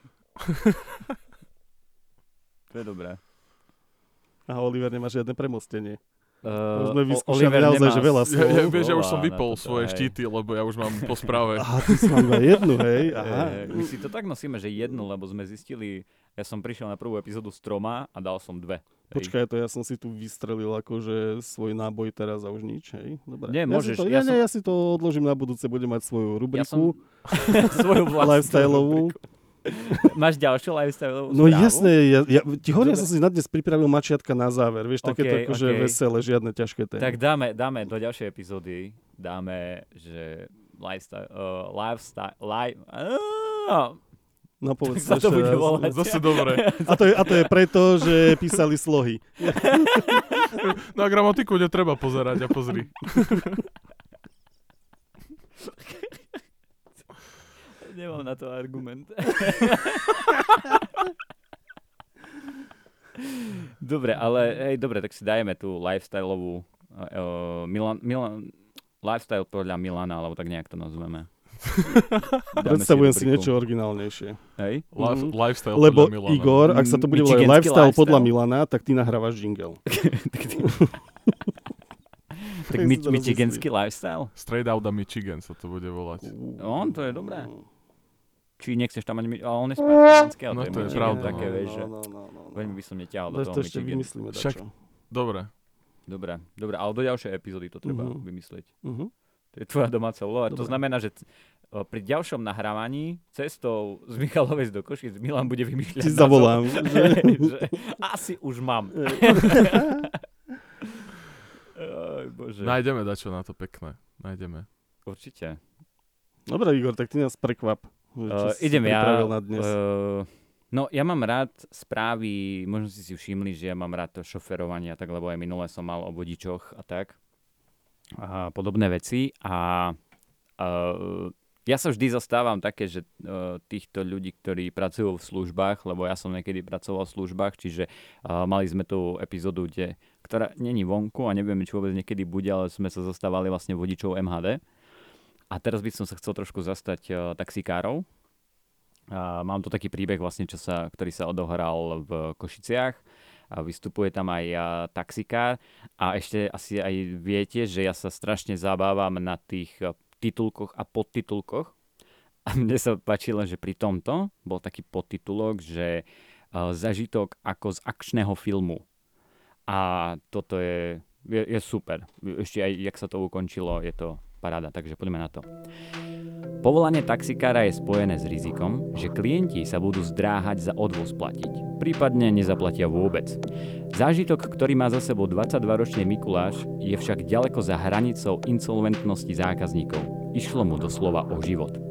To je dobré. A Oliver nemá žiadne premostenie. Uh, Môžeme O- vyskúšať Oliver naozaj, nemá že veľa s- slov. Ja, ja, vieš, ja už slova som na vypol toto, svoje hej. štíty, lebo ja už mám po správe. Aha, ty si mám iba jednu, hej. Aha. Eh, my si to tak nosíme, že jednu, lebo sme zistili, ja som prišiel na prvú epizódu s troma a dal som dve. Hej. Počkaj, to ja som si tu vystrelil akože svoj náboj teraz a už nič, hej? Dobre. Nie, ja môžeš, Si to, ja ja, som- nie, ja si to odložím na budúce, budem mať svoju Ja rubriku, som svoju vlastnú lifestyleovú. rubriku. Máš ďalšiu lifestyleovú No správu? jasné, ja, ja, ti hovorím, ja Dobre. som si na dnes pripravil mačiatka na záver, vieš, OK, takéto akože OK. veselé, žiadne ťažké témy. Tak dáme, dáme do ďalšej epizódy, dáme, že lifestyle, uh, lifestyle, life, uh, No povedz sa to ešte bude raz. volať. Zase dobre. A to, je, a to je preto, že písali slohy. Na gramatiku netreba pozerať a pozri. Nemám na to argument. Dobre, ale hej, dobre, tak si dajeme tú lifestyleovú uh, Milan, Milan, lifestyle podľa Milana, alebo tak nejak to nazveme. Dáme Predstavujem si rubriku. niečo originálnejšie. Hej? Life, Mhm. Lifestyle Lebo podľa Milana. Igor, ak sa to bude volať Michiganský lifestyle lifestyle. podľa Milana, tak ty nahrávaš jingle. Tak si mi, to michiganský lifestyle? Straight out of Michigan sa to bude volať. On, to je dobré. Či nechceš tam ani... Ale on je spáčanský, ale No, to je, to je Michigan, pravda, také, no. vieš, že no, no, no, no. veľmi by som neťahal do Ale toho to ešte Michigan. vymyslíme Však- dačo. Dobre. Dobre, dobre, ale do ďalšej epizódy to treba Mhm. vymyslieť. Uh-huh. To je tvoja domáca úloha. To Dobre. znamená, že c- o, pri ďalšom nahrávaní cestou z Michalovec do Košic Milan bude vymýšľať. Ti názov. zavolám. že asi už mám. Oj, bože. Nájdeme dačo na to pekné. Nájdeme. Určite. Dobre, Igor, tak ty nás prekvap. že čo Uh, si idem ja. pripravil na dnes. Uh, no, ja mám rád správy, možno si si všimli, že ja mám rád to šoferovanie, a tak, lebo aj minule som mal o vodičoch a tak. A podobné veci. A uh, ja sa vždy zastávam také, že uh, týchto ľudí, ktorí pracujú v službách, lebo ja som niekedy pracoval v službách, čiže uh, mali sme tú epizódu, kde, ktorá není vonku a neviem, či vôbec niekedy bude, ale sme sa zastávali vlastne vodičov em há dé. A teraz by som sa chcel trošku zastať uh, taxikárov. Uh, mám tu taký príbeh, vlastne, čo sa, ktorý sa odohral v Košiciach. A vystupuje tam aj uh, taxikár. A ešte asi aj viete, že ja sa strašne zabávam na tých uh, titulkoch a podtitulkoch. A mne sa páči len, že pri tomto bol taký podtitulok, že uh, zažitok ako z akčného filmu. A toto je, je, je super. Ešte aj, jak sa to ukončilo, je to paráda, takže poďme na to. Povolanie taxikára je spojené s rizikom, že klienti sa budú zdráhať za odvoz platiť, prípadne nezaplatia vôbec. Zážitok, ktorý má za sebou dvadsaťdvaročný Mikuláš, je však ďaleko za hranicou insolventnosti zákazníkov. Išlo mu doslova o život.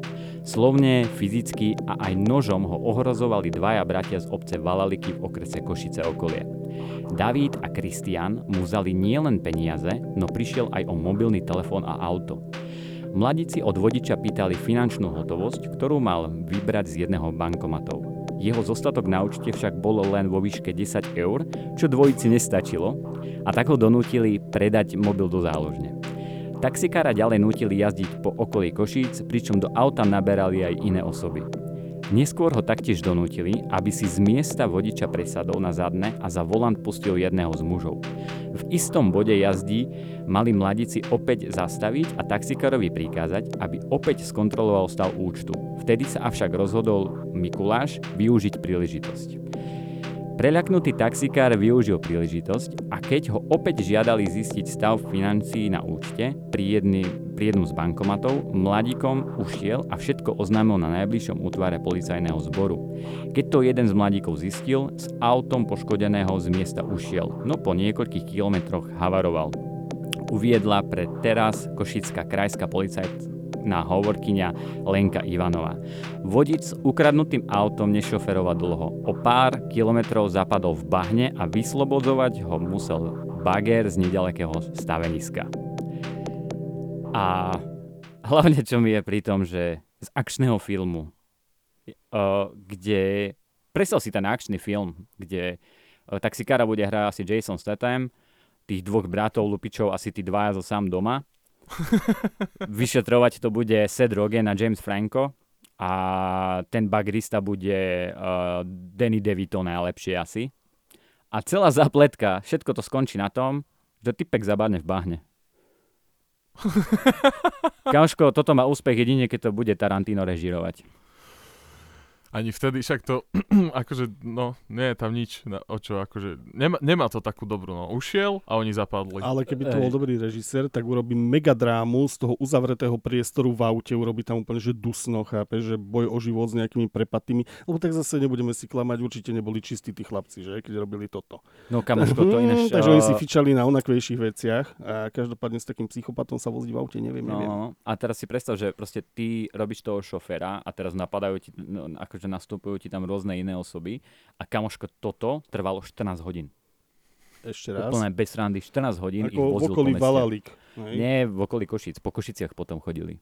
Slovne, fyzicky a aj nožom ho ohrozovali dvaja bratia z obce Valaliky v okrese Košice okolie. David a Kristián mu vzali nielen peniaze, no prišiel aj o mobilný telefón a auto. Mladíci od vodiča pýtali finančnú hotovosť, ktorú mal vybrať z jedného bankomatov. Jeho zostatok na účte však bolo len vo výške desať eur, čo dvojici nestačilo, a tak ho donútili predať mobil do záložne. Taxikára ďalej nútili jazdiť po okolí Košíc, pričom do auta naberali aj iné osoby. Neskôr ho taktiež donútili, aby si z miesta vodiča presadol na zadné a za volant pustil jedného z mužov. V istom bode jazdy mali mladíci opäť zastaviť a taxikárovi prikázať, aby opäť skontroloval stav účtu. Vtedy sa avšak rozhodol Mikuláš využiť príležitosť. Preľaknutý taxikár využil príležitosť a keď ho opäť žiadali zistiť stav financií na účte pri, jedný, pri jednom z bankomatov, mladíkom ušiel a všetko oznámil na najbližšom útvare policajného zboru. Keď to jeden z mladíkov zistil, s autom poškodeného z miesta ušiel, no po niekoľkých kilometroch havaroval. Uviedla pre teraz Košická krajská policajt na hovorkyňa Lenka Ivanová. Vodič s ukradnutým autom nešoferoval dlho. O pár kilometrov zapadol v bahne a vyslobodzovať ho musel bager z nedalekého staveniska. A hlavne čo mi je pri tom, že z akčného filmu, uh, kde predstav si ten akčný film, kde uh, taxikára bude hrať asi Jason Statham, tých dvoch bratov lupičov asi tí dvaja zo sám doma. Vyšetrovať to bude Seth Rogen a James Franco a ten bagrista bude uh, Danny DeVito najlepšie asi. A celá zapletka, všetko to skončí na tom, že typek zabadne v bahne. Kamoško, toto má úspech jedine, keď to bude Tarantino režírovať. Ani vtedy, však to, akože, no, nie je tam nič, na, o čo, akože, nemá, nemá to takú dobrú, no, ušiel a oni zapadli. Ale keby to bol dobrý režisér, tak urobí megadrámu z toho uzavretého priestoru v aute, urobí tam úplne, že dusno, chápe, že boj o život s nejakými prepadtými, lebo tak zase nebudeme si klamať, určite neboli čistí tí chlapci, že, keď robili toto. No kamoško, to ináč... Takže oni si fičali na onakvejších veciach a každopádne s takým psychopatom sa voziť v aute, neviem, neviem. No, a teraz si predstav, že proste ty robíš toho šoféra a teraz napadajú ti, no, akože že nastupujú ti tam rôzne iné osoby a kamoško, toto trvalo štrnásť hodín. Ešte raz? Úplne bez randy, štrnásť hodín ich ako vozil v okolí po meste. Valalik. Nie, v okolí Košíc, po Košiciach potom chodili.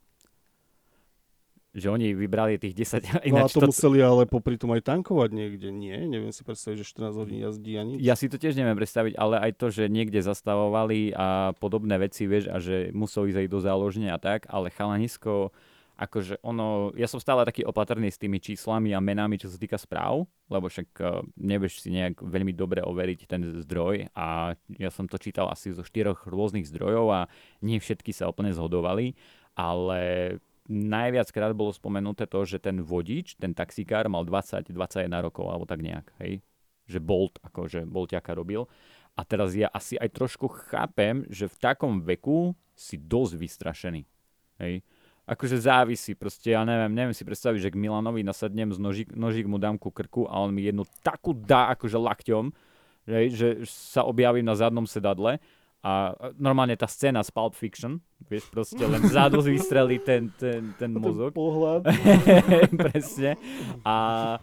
Že oni vybrali tých desať... No a to, to museli ale popri tom aj tankovať niekde, nie? Neviem si predstaviť, že štrnásť hodín jazdí a nič. Ja si to tiež neviem predstaviť, ale aj to, že niekde zastavovali a podobné veci, vieš, a že museli ísť aj do záložne a tak, ale chalanisko, akože ono, ja som stále taký opatrný s tými číslami a menami, čo sa týka správ, lebo však uh, nevieš si nejak veľmi dobre overiť ten zdroj a ja som to čítal asi zo štyroch rôznych zdrojov a nie všetky sa úplne zhodovali, ale najviackrát bolo spomenuté to, že ten vodič, ten taxikár mal dvadsať dvadsaťjeden rokov alebo tak nejak, hej, že Bolt, akože Boltiaka robil. A teraz ja asi aj trošku chápem, že v takom veku si dosť vystrašený, hej. Akože závisí, proste ja neviem, neviem si predstaviť, že k Milanovi nasadnem z nožík, nožík mu dám ku krku a on mi jednu takú dá akože lakťom, že, že sa objavím na zadnom sedadle a normálne tá scéna z Pulp Fiction, vieš, proste len vzadu vystrelí ten, ten, ten mozog. Ten pohľad. Presne. A,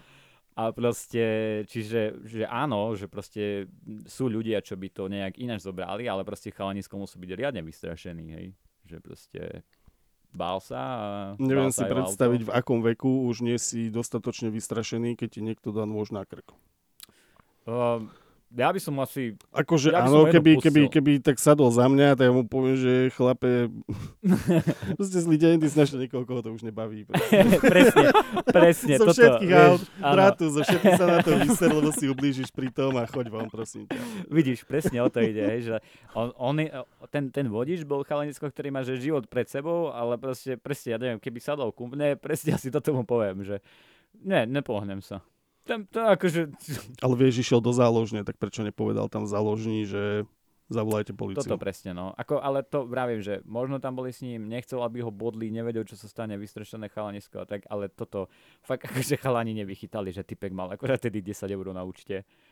a proste, čiže že áno, že proste sú ľudia, čo by to nejak ináč zobrali, ale proste chalanisko musí byť riadne vystrašený, hej. Že proste... Bál sa a... Neviem bál si predstaviť, v akom veku už nie si dostatočne vystrašený, keď ti niekto dá nôž na krk. Uh, ja by som asi... Akože ja áno, keby, keby, keby tak sadol za mňa, tak ja mu poviem, že chlape, proste zlý deň, ty si našiel niekoho, koho to už nebaví. presne, presne. Zo toto, všetkých vieš, aut, bratu, zo všetkých sa na to vyser, lebo si ublížiš pri tom a choď von, prosím ťa. Vidíš, presne o to ide, hej, že on, on je, ten, ten vodič bol chalanisko, ktorý má že život pred sebou, ale proste, presne, ja neviem, keby sadol ku mne, presne asi to tomu poviem, že ne, nepohnem sa. Tam, to akože... Ale vieš, išiel do záložne, tak prečo nepovedal tam v záložni, že zavolajte políciu? Toto presne, no. Ako, ale to vravím, že možno tam boli s ním, nechcel, aby ho bodli, nevedel, čo sa stane, vystrašené chalanisko a tak, ale toto fakt akože chalani nevychytali, že typek mal akorát tedy desať eur na účte.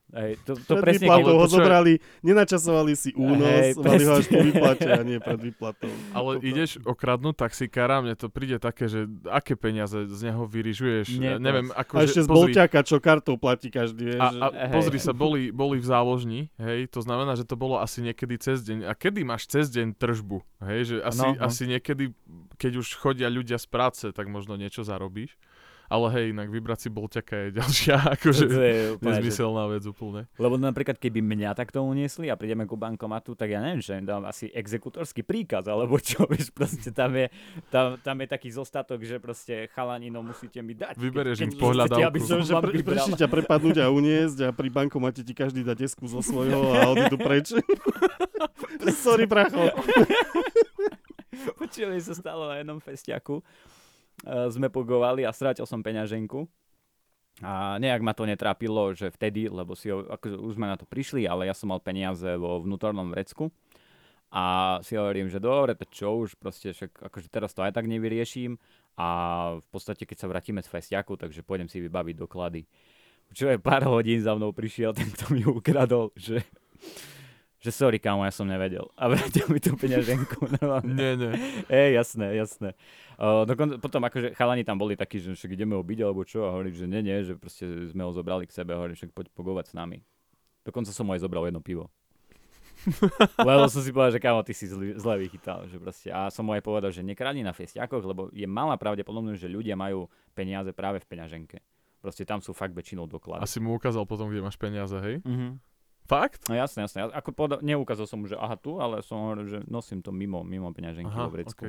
Hej, to, to pred presne, výplatou keď... ho zobrali, nenačasovali si únos, Hej, mali ho presne. až po výplate a nie pred výplatou. Ale ideš okradnúť taxikára, mne to príde také, že aké peniaze z neho vyrižuješ. Nie, Ja neviem, A ako ešte z pozri, bolťaka, čo kartou platí každý, vieš. a, že- a Hej. pozri sa, boli, boli v záložni, hej, to znamená, že to bolo asi niekedy cez deň. A kedy máš cez deň tržbu? Hej, že asi, No, no. asi niekedy, keď už chodia ľudia z práce, tak možno niečo zarobíš. Ale hej, inak vybrať si bolťaka je ďalšia akože To je úplne, že- nezmyselná vec úplne. Lebo napríklad, keby mňa takto uniesli a prídeme ku bankomatu, tak ja neviem, že im dám asi exekutorský príkaz, alebo čo, vieš, proste tam je, tam, tam je taký zostatok, že proste chalanino musíte mi dať. Vyberieš im chcete, pohľadávku. aby som že vám pre, vybral. prešli ťa prepadnúť a uniesť a pri bankomate ti každý dá desku zo svojho a odídu preč. Sorry, bracho. Počujem, mi sa stalo na jednom festiaku. Uh, sme pogovali a strátil som peňaženku. A nejak ma to netrápilo, že vtedy, lebo si ho, ako, už sme na to prišli, ale ja som mal peniaze vo vnútornom vrecku. A si hovorím, že dobre, to čo už, proste však akože teraz to aj tak nevyrieším. A v podstate, keď sa vrátime z festiaku, takže pôjdem si vybaviť doklady. Čo je pár hodín za mnou prišiel, ten, kto mi ukradol, že... že sorry, kámo, ja som nevedel. A vrátil mi tú peňaženku. Nie, nie. Ej, jasné, jasné. Uh, dokon, potom akože chalani tam boli takí, že však ideme ho byť, alebo čo, a hovorím, že nie, nie, že proste sme ho zobrali k sebe a hovorím, však poď pogovať s nami. Dokonca som mu aj zobral jedno pivo. Lebo som si povedal, že kámo, ty si zle, zle vychytal, že proste, a som mu aj povedal, že nekradni na festiakoch, lebo je malá pravdepodobnosť, že ľudia majú peniaze práve v peňaženke. Proste tam sú fakt väčšinou doklady. Asi mu ukázal potom, kde máš peniaze, hej? Mhm. Fakt? No jasné, jasné. Ako poda- neukázal som mu, že aha tu, ale som hovoril, že nosím to mimo, mimo peňaženky vo vrecku. okej.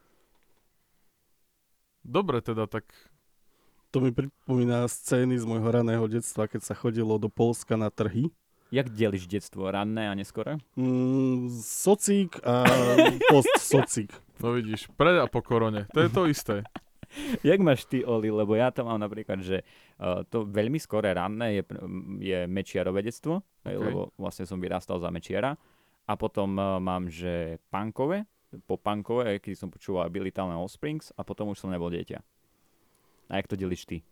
Dobre teda, tak To mi pripomína scény z môjho raného detstva, keď sa chodilo do Poľska na trhy. Jak delíš detstvo? Ranné a neskoré? Mm, socík a post-socík. no vidíš, pred a po korone, to je to isté. Jak máš ty, Oli? Lebo ja to mám napríklad, že uh, to veľmi skoré ranné je, je mečiarové detstvo, okay. Lebo vlastne som vyrastal za mečiara. A potom uh, mám, že punkové, po punkové, keď som počúval Billy Talent Offsprings a potom už som nebol dieťa. A jak to delíš ty?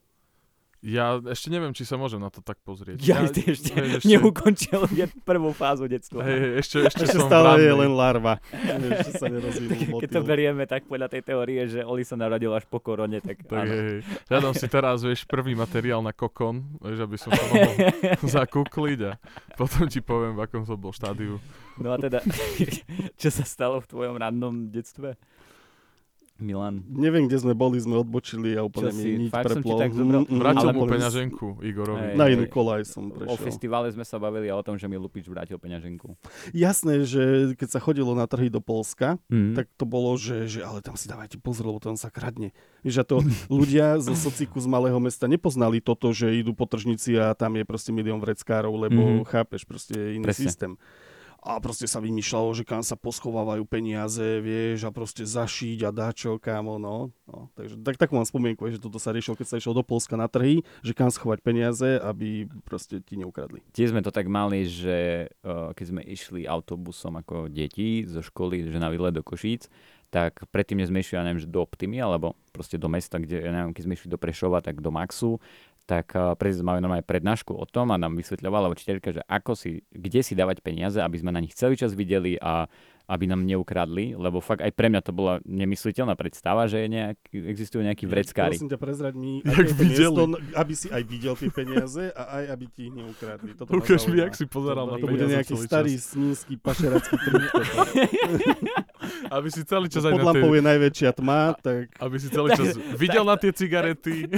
Ja ešte neviem, či sa môžem na to tak pozrieť. Ja, ty ešte, hej, ešte, neukončil je prvú fázu detstva. hej, hej, ešte, ešte, Ešte som stále je ranný. len larva. Ešte sa nerozvinul Keď to motýl. berieme tak podľa tej teórie, že Oli sa narodil až po korone, tak, Tak áno. hej, hej. Hľadám si teraz, vieš, prvý materiál na kokon, vieš, aby som sa mohol zakúkliť a potom ti poviem, v akom som bol štádiu. No a teda, čo sa stalo v tvojom rannom detstve? Milan. Neviem, kde sme boli, sme odbočili a úplne Čo mi si, nič fakt som ti preplo. tak zobral? Mm, mm, Vrátil Ale mu úplne peňaženku Igorovi. Hej. Na iný kolaj som O prešiel. festivale sme sa bavili a o tom, že mi Lupič vrátil peňaženku. Jasné, že keď sa chodilo na trhy do Polska, Mm. tak to bolo, že, že ale tam si dávajte pozor, lebo tam sa kradne. Vieš, a to ľudia zo sociku z malého mesta nepoznali toto, že idú po tržnici a tam je proste milión vreckárov, lebo Mhm. chápeš, proste je iný Presne. systém. A proste sa vymýšľalo, že kam sa poschovávajú peniaze, vieš, a proste zašiť a dáčo, kámo, no. no. Takže tak, takú mám spomienku, že toto sa riešilo, keď sa išiel do Polska na trhy, že kam schovať peniaze, aby proste ti neukradli. Tiež sme to tak mali, že uh, keď sme išli autobusom ako deti zo školy, že na výlet do Košíc, tak predtým, než sme išli, ja neviem, že do Optimy, alebo proste do mesta, kde, ja neviem, keď sme išli do Prešova, tak do Maxu, tak uh, prezident mali normálne prednášku o tom a nám vysvetľovala učiteľka, že ako si, kde si dávať peniaze, aby sme na nich celý čas videli a aby nám neukradli, lebo fakt aj pre mňa to bola nemysliteľná predstava, že je nejak, existujú nejakí vreckári. Prosím ťa, prezrať mi, Jak aké je to videli. miesto, aby si aj videl tie peniaze a aj aby ti ich neukradli. Toto ma Ukáž mi, zaujíma. jak si pozeral na To bude peniaze nejaký celý starý čas. snínsky pašerácky trik. toto. Aby si celý čas aj Pod na lampou tie, je najväčšia tma, tak aby si celý čas videl na tie cigarety.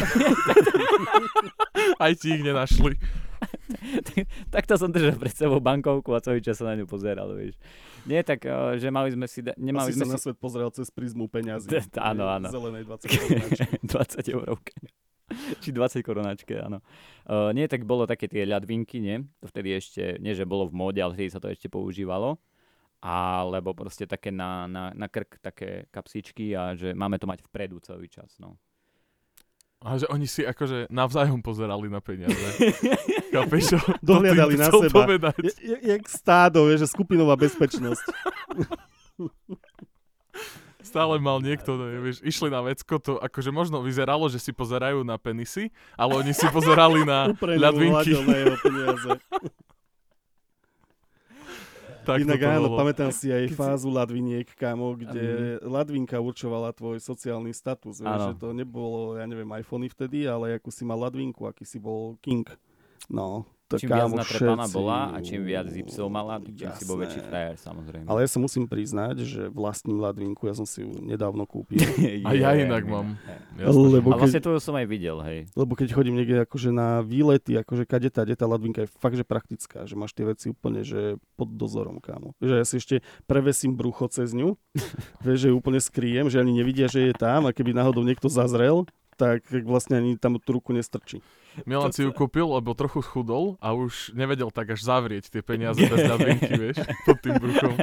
Aj ti ich nenašli. Takto som držal pred sebou bankovku a celý čas sa na ňu pozeral, vieš. Nie, tak, uh, že mali sme si... Da- nemali asi sme sa na si... svet pozrel cez prizmu peňazí. D- áno, áno. Zelenej dvadsať korunáčky. dvadsať eurovke. Či dvadsať korunáčke, áno. Uh, nie, tak bolo také tie ľadvinky, nie? To vtedy ešte, nie že bolo v móde, ale vtedy sa to ešte používalo. Alebo proste také na, na, na krk také kapsičky a že máme to mať vpredu celý čas, no. A že oni si akože navzájom pozerali na peniaze. Chápeš? čo? Dohliadali To tým na chcel seba. povedať. Je, je, jak stádo, vieš, že skupinová bezpečnosť. stále mal niekto, no, vieš, išli na vecko, to akože možno vyzeralo, že si pozerajú na penisy, ale oni si pozerali na ľadvinky. Tak Inak áno, bolo. pamätám si aj fázu ladviniek, kámo, kde mm. ladvinka určovala tvoj sociálny status. Vieš, že to nebolo, ja neviem, iPhony vtedy, ale akú si mal ladvinku, aký si bol king. No, to čím kámo, viac natrepaná všetci, bola a čím viac zipsov mala, tým si bol väčší frajer, samozrejme. Ale ja sa musím priznať, že vlastním ladvinku, ja som si ju nedávno kúpil. A ja inak mám. Lebo a vlastne to som aj videl, hej. Lebo keď chodím niekde akože na výlety, akože kade tá, tá ladvinka je fakt, že praktická, že máš tie veci úplne, že pod dozorom, kámo. Že ja si ešte prevesím brucho cez ňu, vieš, že ju úplne skryjem, že ani nevidia, že je tam a keby náhodou niekto zazrel, tak vlastne ani tam tú ruku nestrčí. Milan si ju kúpil, lebo trochu schudol a už nevedel tak až zavrieť tie peniaze bez ľadvinky, vieš, pod tým bruchom.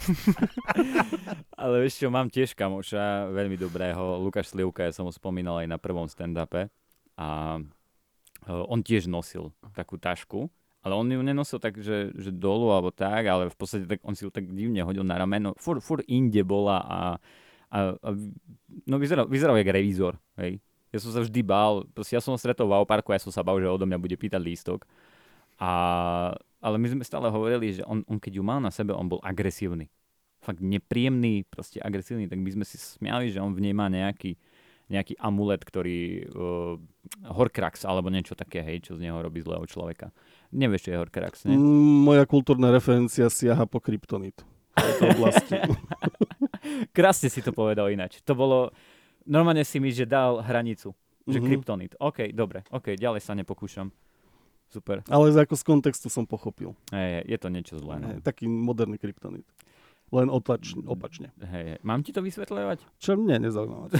Ale vieš čo, mám tiež kamoša, veľmi dobrého, Lukáš Slivka, ja som ho spomínal aj na prvom stand-upe a on tiež nosil takú tašku, ale on ju nenosil tak, že, že dolu alebo tak, ale v podstate tak, on si ju tak divne hodil na rameno, fur, fur inde bola a, a, a no vyzeral, vyzeral jak revízor, hej. Ja som sa vždy bál, proste ja som ho stretol v Auparku a ja som sa bál, že odo mňa bude pýtať lístok. A, ale my sme stále hovorili, že on, on keď ju mal na sebe, on bol agresívny. Fakt nepríjemný, proste agresívny, tak my sme si smiali, že on v nej má nejaký, nejaký amulet, ktorý uh, Horcrux alebo niečo také, hej, čo z neho robí zlého človeka. Nevieš, čo je Horcrux, ne? Moja kultúrna referencia siaha po kryptonit. V tejto oblasti. Krásne si to povedal ináč. To bolo... Normálne si mi, že dal hranicu. Že Mm-hmm. kryptonit. OK, dobre. OK, ďalej sa nepokúšam. Super. Ale ako z kontextu som pochopil. Hej, je to niečo zlé. No. Hej, taký moderný kryptonit. Len opač, opačne. Hej, mám ti to vysvetľovať? Čo mne nezaujímavé.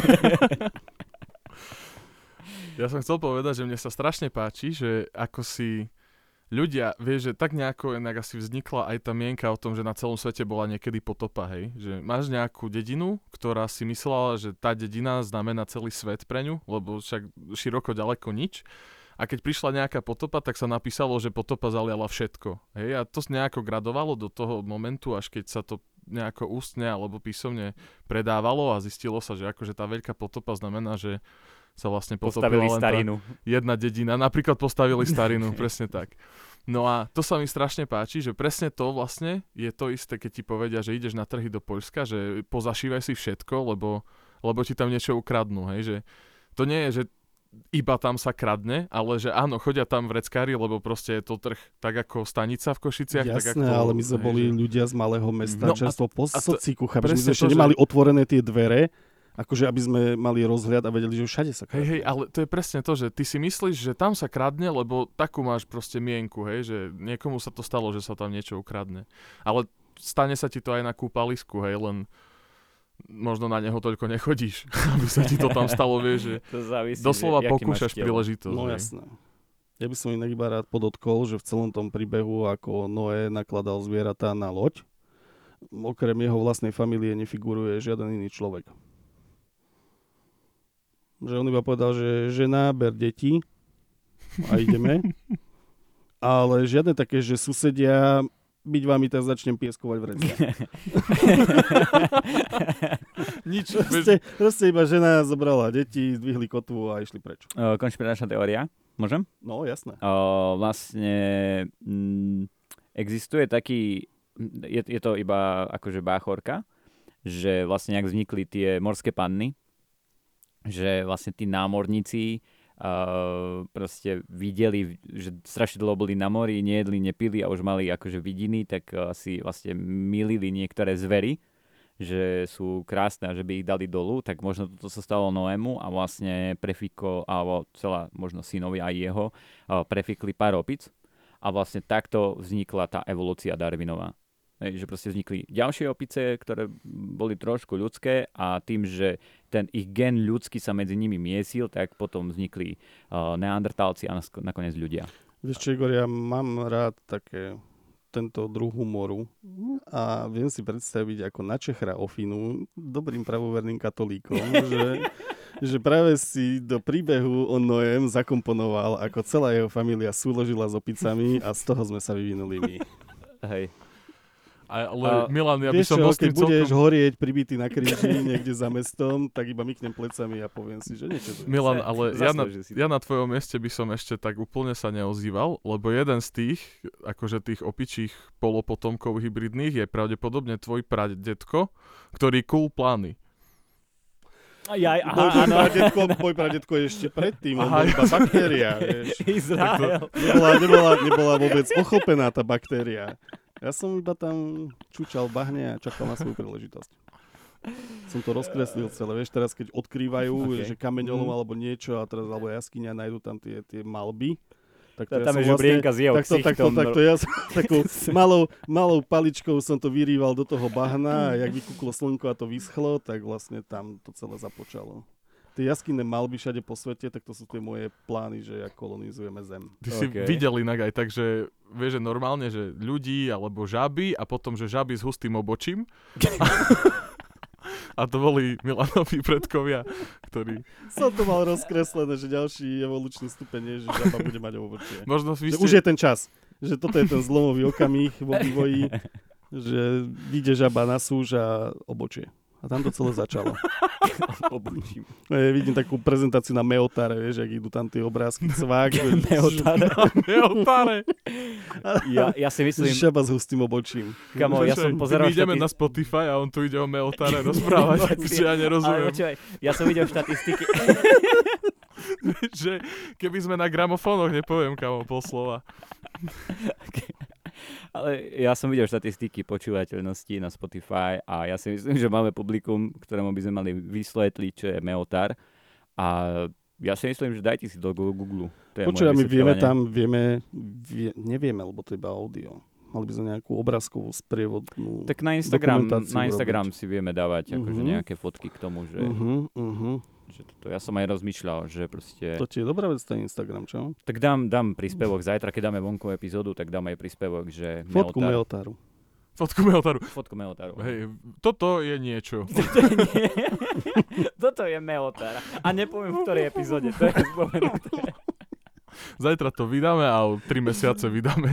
Ja som chcel povedať, že mne sa strašne páči, že ako si ľudia, vieš, že tak nejako inak asi vznikla aj tá mienka o tom, že na celom svete bola niekedy potopa, hej. Že máš nejakú dedinu, ktorá si myslela, že tá dedina znamená celý svet pre ňu, lebo však široko ďaleko nič. A keď prišla nejaká potopa, tak sa napísalo, že potopa zaliala všetko. Hej, a to nejako gradovalo do toho momentu, až keď sa to nejako ústne alebo písomne predávalo a zistilo sa, že akože tá veľká potopa znamená, že sa vlastne potopila len starinu. Jedna dedina. Napríklad postavili starinu, presne tak. No a to sa mi strašne páči, že presne to vlastne je to isté, keď ti povedia, že ideš na trhy do Poľska, že pozašívaj si všetko, lebo, lebo ti tam niečo ukradnú, hej, že to nie je, že iba tam sa kradne, ale že áno, chodia tam vreckári, lebo proste je to trh tak ako stanica v Košiciach. Jasné, tak ako, ale my sme hej, boli že... ľudia z malého mesta, No čerstvo po a to- sociku, chápeš, my sme presne ešte to, že- nemali otvorené tie dvere, akože aby sme mali rozhľad a vedeli, že všade sa Hej, kradne. hej, ale to je presne to, že ty si myslíš, že tam sa kradne, lebo takú máš proste mienku, hej, že niekomu sa to stalo, že sa tam niečo ukradne. Ale stane sa ti to aj na kúpalisku, hej, len možno na neho toľko nechodíš, aby sa ti to tam stalo, vieš, že To závisí, doslova že, jaký pokúšaš máš telo. príležitosť. No hej. jasné. Ja by som inak iba rád podotkol, že v celom tom príbehu, ako Noé nakladal zvieratá na loď, okrem jeho vlastnej familie nefiguruje žiaden iný človek. Že on iba povedal, že žena, ber deti a ideme. Ale žiadne také, že susedia, byť vami, tak začnem pieskovať vrecia. Nič, Proste, proste iba žena zobrala deti, zdvihli kotvu a išli preč. O, konšpiračná teória? Môžem? No, jasné. O, vlastne mm, existuje taký, je, je to iba akože báchorka, že vlastne ak vznikli tie morské panny, že vlastne tí námorníci uh, proste videli, že strašne dlho boli na mori, nejedli, nepili a už mali akože vidiny, tak uh, si vlastne milili niektoré zvery, že sú krásne a že by ich dali dolu, tak možno toto sa stalo Noému a vlastne prefiko, alebo celá možno synovi aj jeho, uh, prefikli pár opic a vlastne takto vznikla tá evolúcia Darwinová. Hej, že proste vznikli ďalšie opice, ktoré boli trošku ľudské a tým, že ten ich gen ľudský sa medzi nimi miesil, tak potom vznikli uh, neandertálci a nask- nakoniec ľudia. Vieš čo, Igor, ja mám rád také tento druh humoru a viem si predstaviť ako na Čechra Ofinu, dobrým pravoverným katolíkom, že, že práve si do príbehu o Noém zakomponoval, ako celá jeho familia súložila s opicami a z toho sme sa vyvinuli my. Hej. Ale uh, Milan, ja by vieš som čo, bol s keď tým budeš celkom... horieť pribitý na kríži niekde za mestom, tak iba myknem plecami a poviem si, že niečo. Milan, ale ja na, si ja na tvojom mieste by som ešte tak úplne sa neozýval, lebo jeden z tých, akože tých opičích polopotomkov hybridných je pravdepodobne tvoj pradedko, ktorý kúl plány. Jaj, aha, Môj áno. pradedko, môj pradedko je ešte predtým, on bol iba baktéria, vieš. Izrael. Nebola, nebola, nebola vôbec ochopená tá baktéria. Ja som iba tam čučal v bahne a čakal na svoju príležitosť. Som to rozkreslil celé, vieš, teraz keď odkrývajú, okay. že kameňolom alebo niečo a teraz alebo jaskyňa nájdu tam tie, tie malby, tak to tam ja som je žubrienka s jeho takto, takto, takto ja som takou malou, malou paličkou som to vyrýval do toho bahna a jak vykúklo slnko a to vyschlo, tak vlastne tam to celé započalo. Tie jaskyné malby všade po svete, tak to sú tie moje plány, že ja kolonizujeme Zem. Ty okay. si videl inak aj tak, že vieš, že normálne, že ľudí alebo žaby a potom, že žaby s hustým obočím. A to boli Milanovi predkovia, ktorí... Som to mal rozkreslené, že ďalší evolučný stupeň je, že žaba bude mať obočie. Možno ste... Už je ten čas, že toto je ten zlomový okamih vo vývoji, že vyjde žaba na súž a obočie. A tam to celé začalo. Obočím. Ja vidím takú prezentáciu na Meotare, vieš, jak idú tam tie obrázky cvák. Meotare. Meotare. Ja, ja si myslím... Žaba s hustým obočím. Kamo, ja som pozeral... My ideme štati... na Spotify a on tu ide o Meotare rozprávať, že ja nerozumiem. Ale počúvaj, ja som videl štatistiky. Že keby sme na gramofónoch, nepoviem, kamo, pol slova. Ale ja som videl štatistiky počúvateľnosti na Spotify a ja si myslím, že máme publikum, ktorému by sme mali vysvetliť, čo je Meotar. A ja si myslím, že dajte si do Google. Počúva, my vieme tam, vieme, vie, nevieme, lebo to je iba audio. Mali by sme nejakú obrázkovú sprievodnú Tak na Instagram, na Instagram si vieme dávať uh-huh. akože nejaké fotky k tomu, že... Uh-huh, uh-huh. Že to, ja som aj rozmýšľal, že proste... To ti je dobrá vec, ten Instagram, čo? Tak dám, dám príspevok zajtra, keď dáme vonku epizódu, tak dám aj príspevok, že... Fotku Meotaru. Fotku Meotaru. Fotku Meotaru. Hej, toto je niečo. Toto je Meotar. A nepoviem v ktorej epizóde, to je spomenuté. Zajtra to vydáme a o tri mesiace vydáme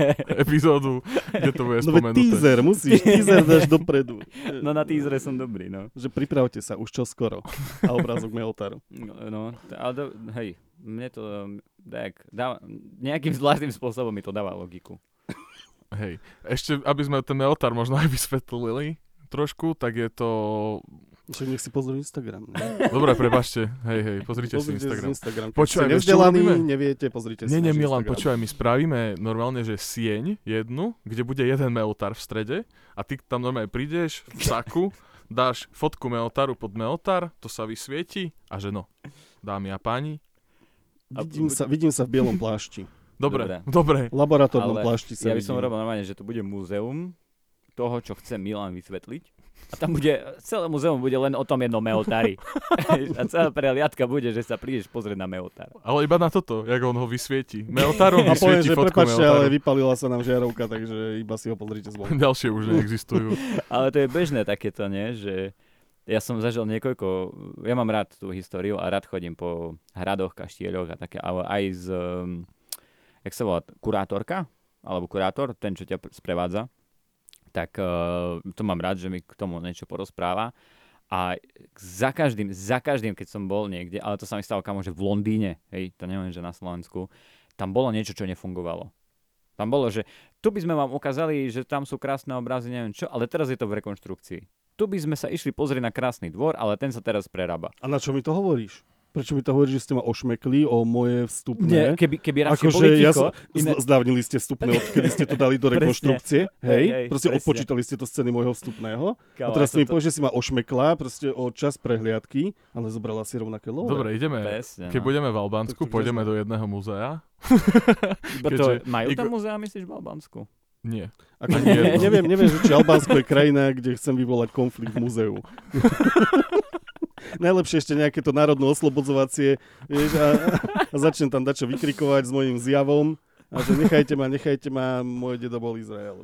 epizódu, kde to bude no spomenuté. No teaser, musíš, teaser dáš dopredu. No na teasere som dobrý, no. Že pripravte sa, už čo skoro. A obrázok Meotaru. No, no ale do, hej, mne to tak, dá, nejakým zvláštnym spôsobom mi to dáva logiku. Hej, ešte aby sme ten Meotar možno aj vysvetlili trošku, tak je to... Však nech si pozrú Instagram. Ne? Dobre, prepáčte. Hej, hej, pozrite, pozrite si Instagram. Instagram. Počúvaj, vieš, čo robíme? Neviete, pozrite si. Nie, nie, Milan, počúvaj, my spravíme normálne, že sieň jednu, kde bude jeden Meotar v strede a ty tam normálne prídeš v saku, dáš fotku Meotaru pod Meotar, to sa vysvieti a že no, dámy a páni. Vidím sa, vidím sa v bielom plášti. Dobre, dobre. V laboratórnom plášti sa ja by vidím. som robil normálne, že to bude múzeum toho, čo chce Milan vysvetliť. A tam bude, celé muzeum bude len o tom jednom Meotari. A celá prehliadka bude, že sa prídeš pozrieť na Meotar. Ale iba na toto, jak on ho vysvieti. Meotarom vysvieti že fotku prepáčte, Meotaru. ale vypalila sa nám žiarovka, takže iba si ho pozrite zvonku. Ďalšie už neexistujú. Ale to je bežné takéto, nie? Že ja som zažil niekoľko, ja mám rád tú históriu a rád chodím po hradoch, kaštieľoch a také, ale aj z, um, jak sa volá, kurátorka? Alebo kurátor, ten, čo ťa sprevádza. Tak uh, to mám rád, že mi k tomu niečo porozpráva. A za každým, za každým, keď som bol niekde, ale to sa mi stalo kamo, že v Londýne, hej, to neviem, že na Slovensku, tam bolo niečo, čo nefungovalo. Tam bolo, že tu by sme vám ukázali, že tam sú krásne obrazy, neviem čo, ale teraz je to v rekonštrukcii. Tu by sme sa išli pozrieť na krásny dvor, ale ten sa teraz prerába. A na čo mi to hovoríš? Prečo mi to hovoríš, že ste ma ošmekli o moje vstupné? Nie, keby, keby radšej akože boli ticho. Ja som, iné... Zdávnili ste vstupné, odkedy ste to dali do rekonštrukcie. Hej, hej, hej, proste presne. odpočítali ste to z ceny môjho vstupného. Kámo, a teraz mi to... povieš, že si ma ošmekla proste o čas prehliadky, ale zobrala si rovnaké love. Dobre, ideme. Presne, keď no. budeme v Albánsku, pôjdeme do jedného múzea. Keďže... Majú tam múzea, myslíš, v Albánsku? Nie. Ako, nie neviem, neviem, či Albánsko je krajina, kde chcem vyvolať konflikt v múzeu. Najlepšie ešte nejaké to národno oslobodzovacie, vieš, a, a začnem tam dačo vykrikovať s mojím zjavom a že nechajte ma, nechajte ma, môj dedo bol Izrael.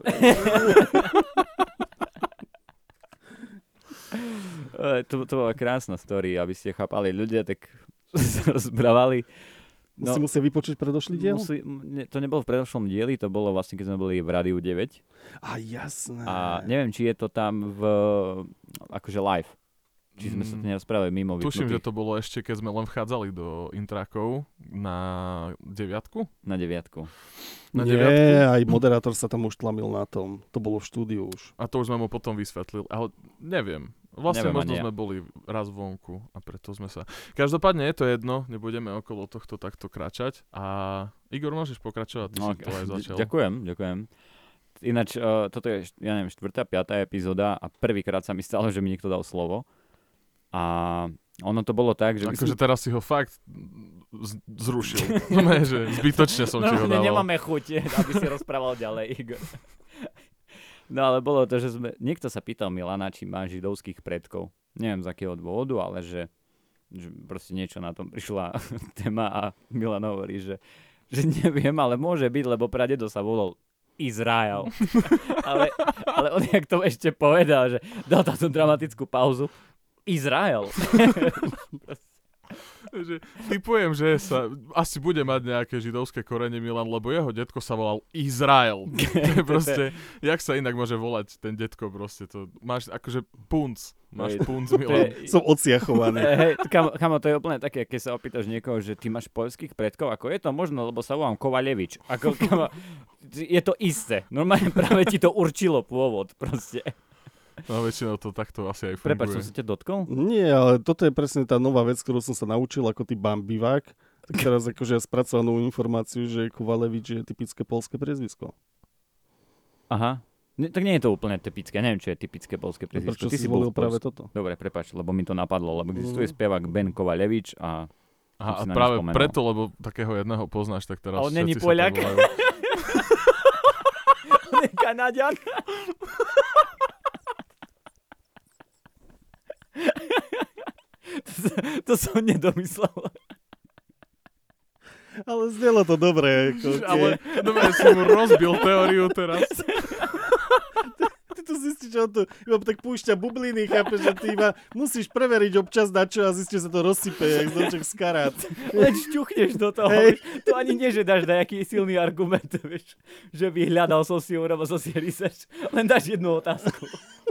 to, to bola krásna story, aby ste chápali. Ľudia tak sa rozprávali. No, si musia vypočuť predošlý diel? Musí, ne, to nebolo v predošlom dieli, to bolo vlastne, keď sme boli v Rádiu deväť. A jasné. A neviem, či je to tam v, akože live. Či sme sa to nerozprávali mimo vypnutých. Tuším, že to bolo ešte, keď sme len vchádzali do intrákov na deviatku. Na deviatku. Na Nie, deviatku. aj moderátor sa tam už tlamil na tom. To bolo v štúdiu už. A to už sme mu potom vysvetlili. Ale neviem. Vlastne neviem, možno ja. sme boli raz vonku a preto sme sa... Každopádne je to jedno, nebudeme okolo tohto takto kráčať. A Igor, môžeš pokračovať, ty No, si to aj začal. Ďakujem, ďakujem. Ináč, uh, toto je, ja neviem, štvrtá, piatá epizóda a prvýkrát sa mi stalo, že mi niekto dal slovo. A ono to bolo tak, že... Akože teraz si ho fakt z- zrušil. No ne, že zbytočne som no, ti ho dával. nemáme chuť, aby si rozprával ďalej, Igor. No ale bolo to, že sme... Niekto sa pýtal Milana, či má židovských predkov. Neviem z akého dôvodu, ale že, že proste niečo na tom prišla téma a Milan hovorí, že, že neviem, ale môže byť, lebo pradedo sa volal Izrael. ale, ale on jak to ešte povedal, že dal táto dramatickú pauzu. Izrael. Že typujem, že sa asi bude mať nejaké židovské korene Milan, lebo jeho detko sa volal Izrael. To je proste, jak sa inak môže volať ten detko proste, to máš akože punc, máš punc Milan. Som odsiachovaný. Hej, kamo, kamo, to je úplne také, keď sa opýtaš niekoho, že ty máš poľských predkov, ako je to možno, lebo sa volám Kovalevič. Ako, kamo, je to isté. Normálne práve ti to určilo pôvod proste. No väčšinou to takto asi aj funguje. Prepáč, som sa ťa dotkol? Nie, ale toto je presne tá nová vec, ktorú som sa naučil ako ty bambivák. Teraz akože ja spracovanú informáciu, že Kovalevič je typické poľské priezvisko. Aha. Ne, tak nie je to úplne typické. Neviem, či je typické poľské No, priezvisko. prečo Ty si si bol zvolil v práve Poľsku. toto? Dobre, prepáč, lebo mi to napadlo, lebo existuje spevák Ben Kovalevič a... Aha, a som si na ňo práve spomenul. preto, lebo takého jedného poznáš, tak teraz A on není všetci sa Poľak? tak volajú. On je Kanaďan. to, to som nedomyslel. Ale znelo to dobre. Ako, Ale dobre, si mu rozbil teóriu teraz. Ty tu zistíš, že on tu iba tak púšťa bubliny, chápeš, že ty iba musíš preveriť občas na čo a zistíš, že sa to rozsype, jak z domček z karát. Len šťuchneš do toho. Hej. Vieš, to ani nie, že dáš nejaký silný argument, vieš, že vyhľadal som si, urobil som si research. Len dáš jednu otázku.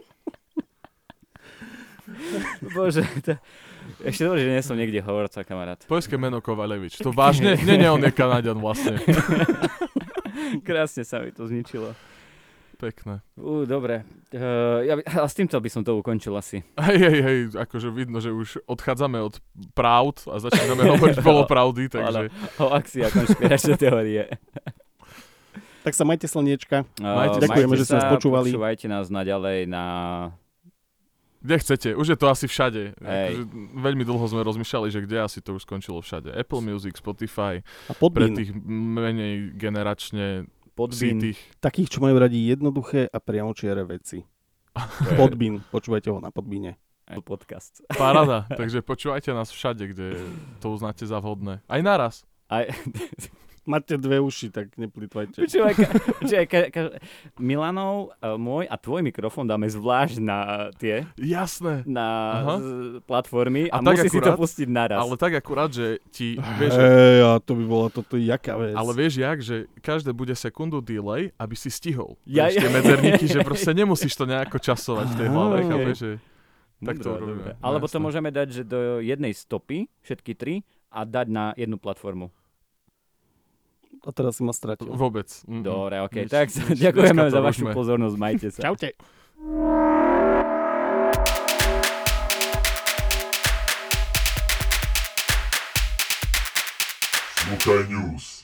Bože, to... Ešte dobre, že nie som niekde hovorca, kamarát. Poľské meno Kovalevič. To vážne? Nie, nie, on je Kanaďan vlastne. Krásne sa mi to zničilo. Pekné. Ú, dobre. Uh, ja by, a s týmto by som to ukončil asi. Hej, hej, hej, akože vidno, že už odchádzame od pravd a začíname hovoriť polopravdy, takže... O akcii a konšpiračné teórie. Tak sa majte slniečka. Uh, Ďakujeme, majte že ste nás sa, počúvali. Počúvajte nás naďalej na... Kde chcete, už je to asi všade. Hej. Akože veľmi dlho sme rozmýšľali, že kde asi to už skončilo všade. Apple Music, Spotify, A pre Podbean. tých menej generačne Podbean. sítých. Takých, čo majú radi jednoduché a priamočiare veci. Podbean. Počúvajte ho na Podbeane. Podcast. Paráda, takže počúvajte nás všade, kde to uznáte za vhodné. Aj naraz. Aj... Máte dve uši, tak neplýtvajte. Počúvaj, ka, počúvaj ka, ka, Milanov, uh, môj a tvoj mikrofón dáme zvlášť na tie, Jasné. na Aha. z, platformy a, A tak musí si to akurát- pustiť naraz. Ale tak akurát, že ti, vieš, Hej, a to by bola toto jaká vec. ale vieš jak, že každé bude sekundu delay, aby si stihol. Ja- Vieš, tie medzerníky, že proste nemusíš to nejako časovať v tej hlave, Aha. chápeš, že... Tak to Dobre, robíme. dobre. Alebo to Jasné. môžeme dať, že do jednej stopy, všetky tri, a dať na jednu platformu. A teraz si ma stratil. Vôbec. Mm-mm. Dobre, okej. Nič, Tak nič. ďakujeme Dneska to za vašu rušme. pozornosť, majte sa. Čaute. Smokai News.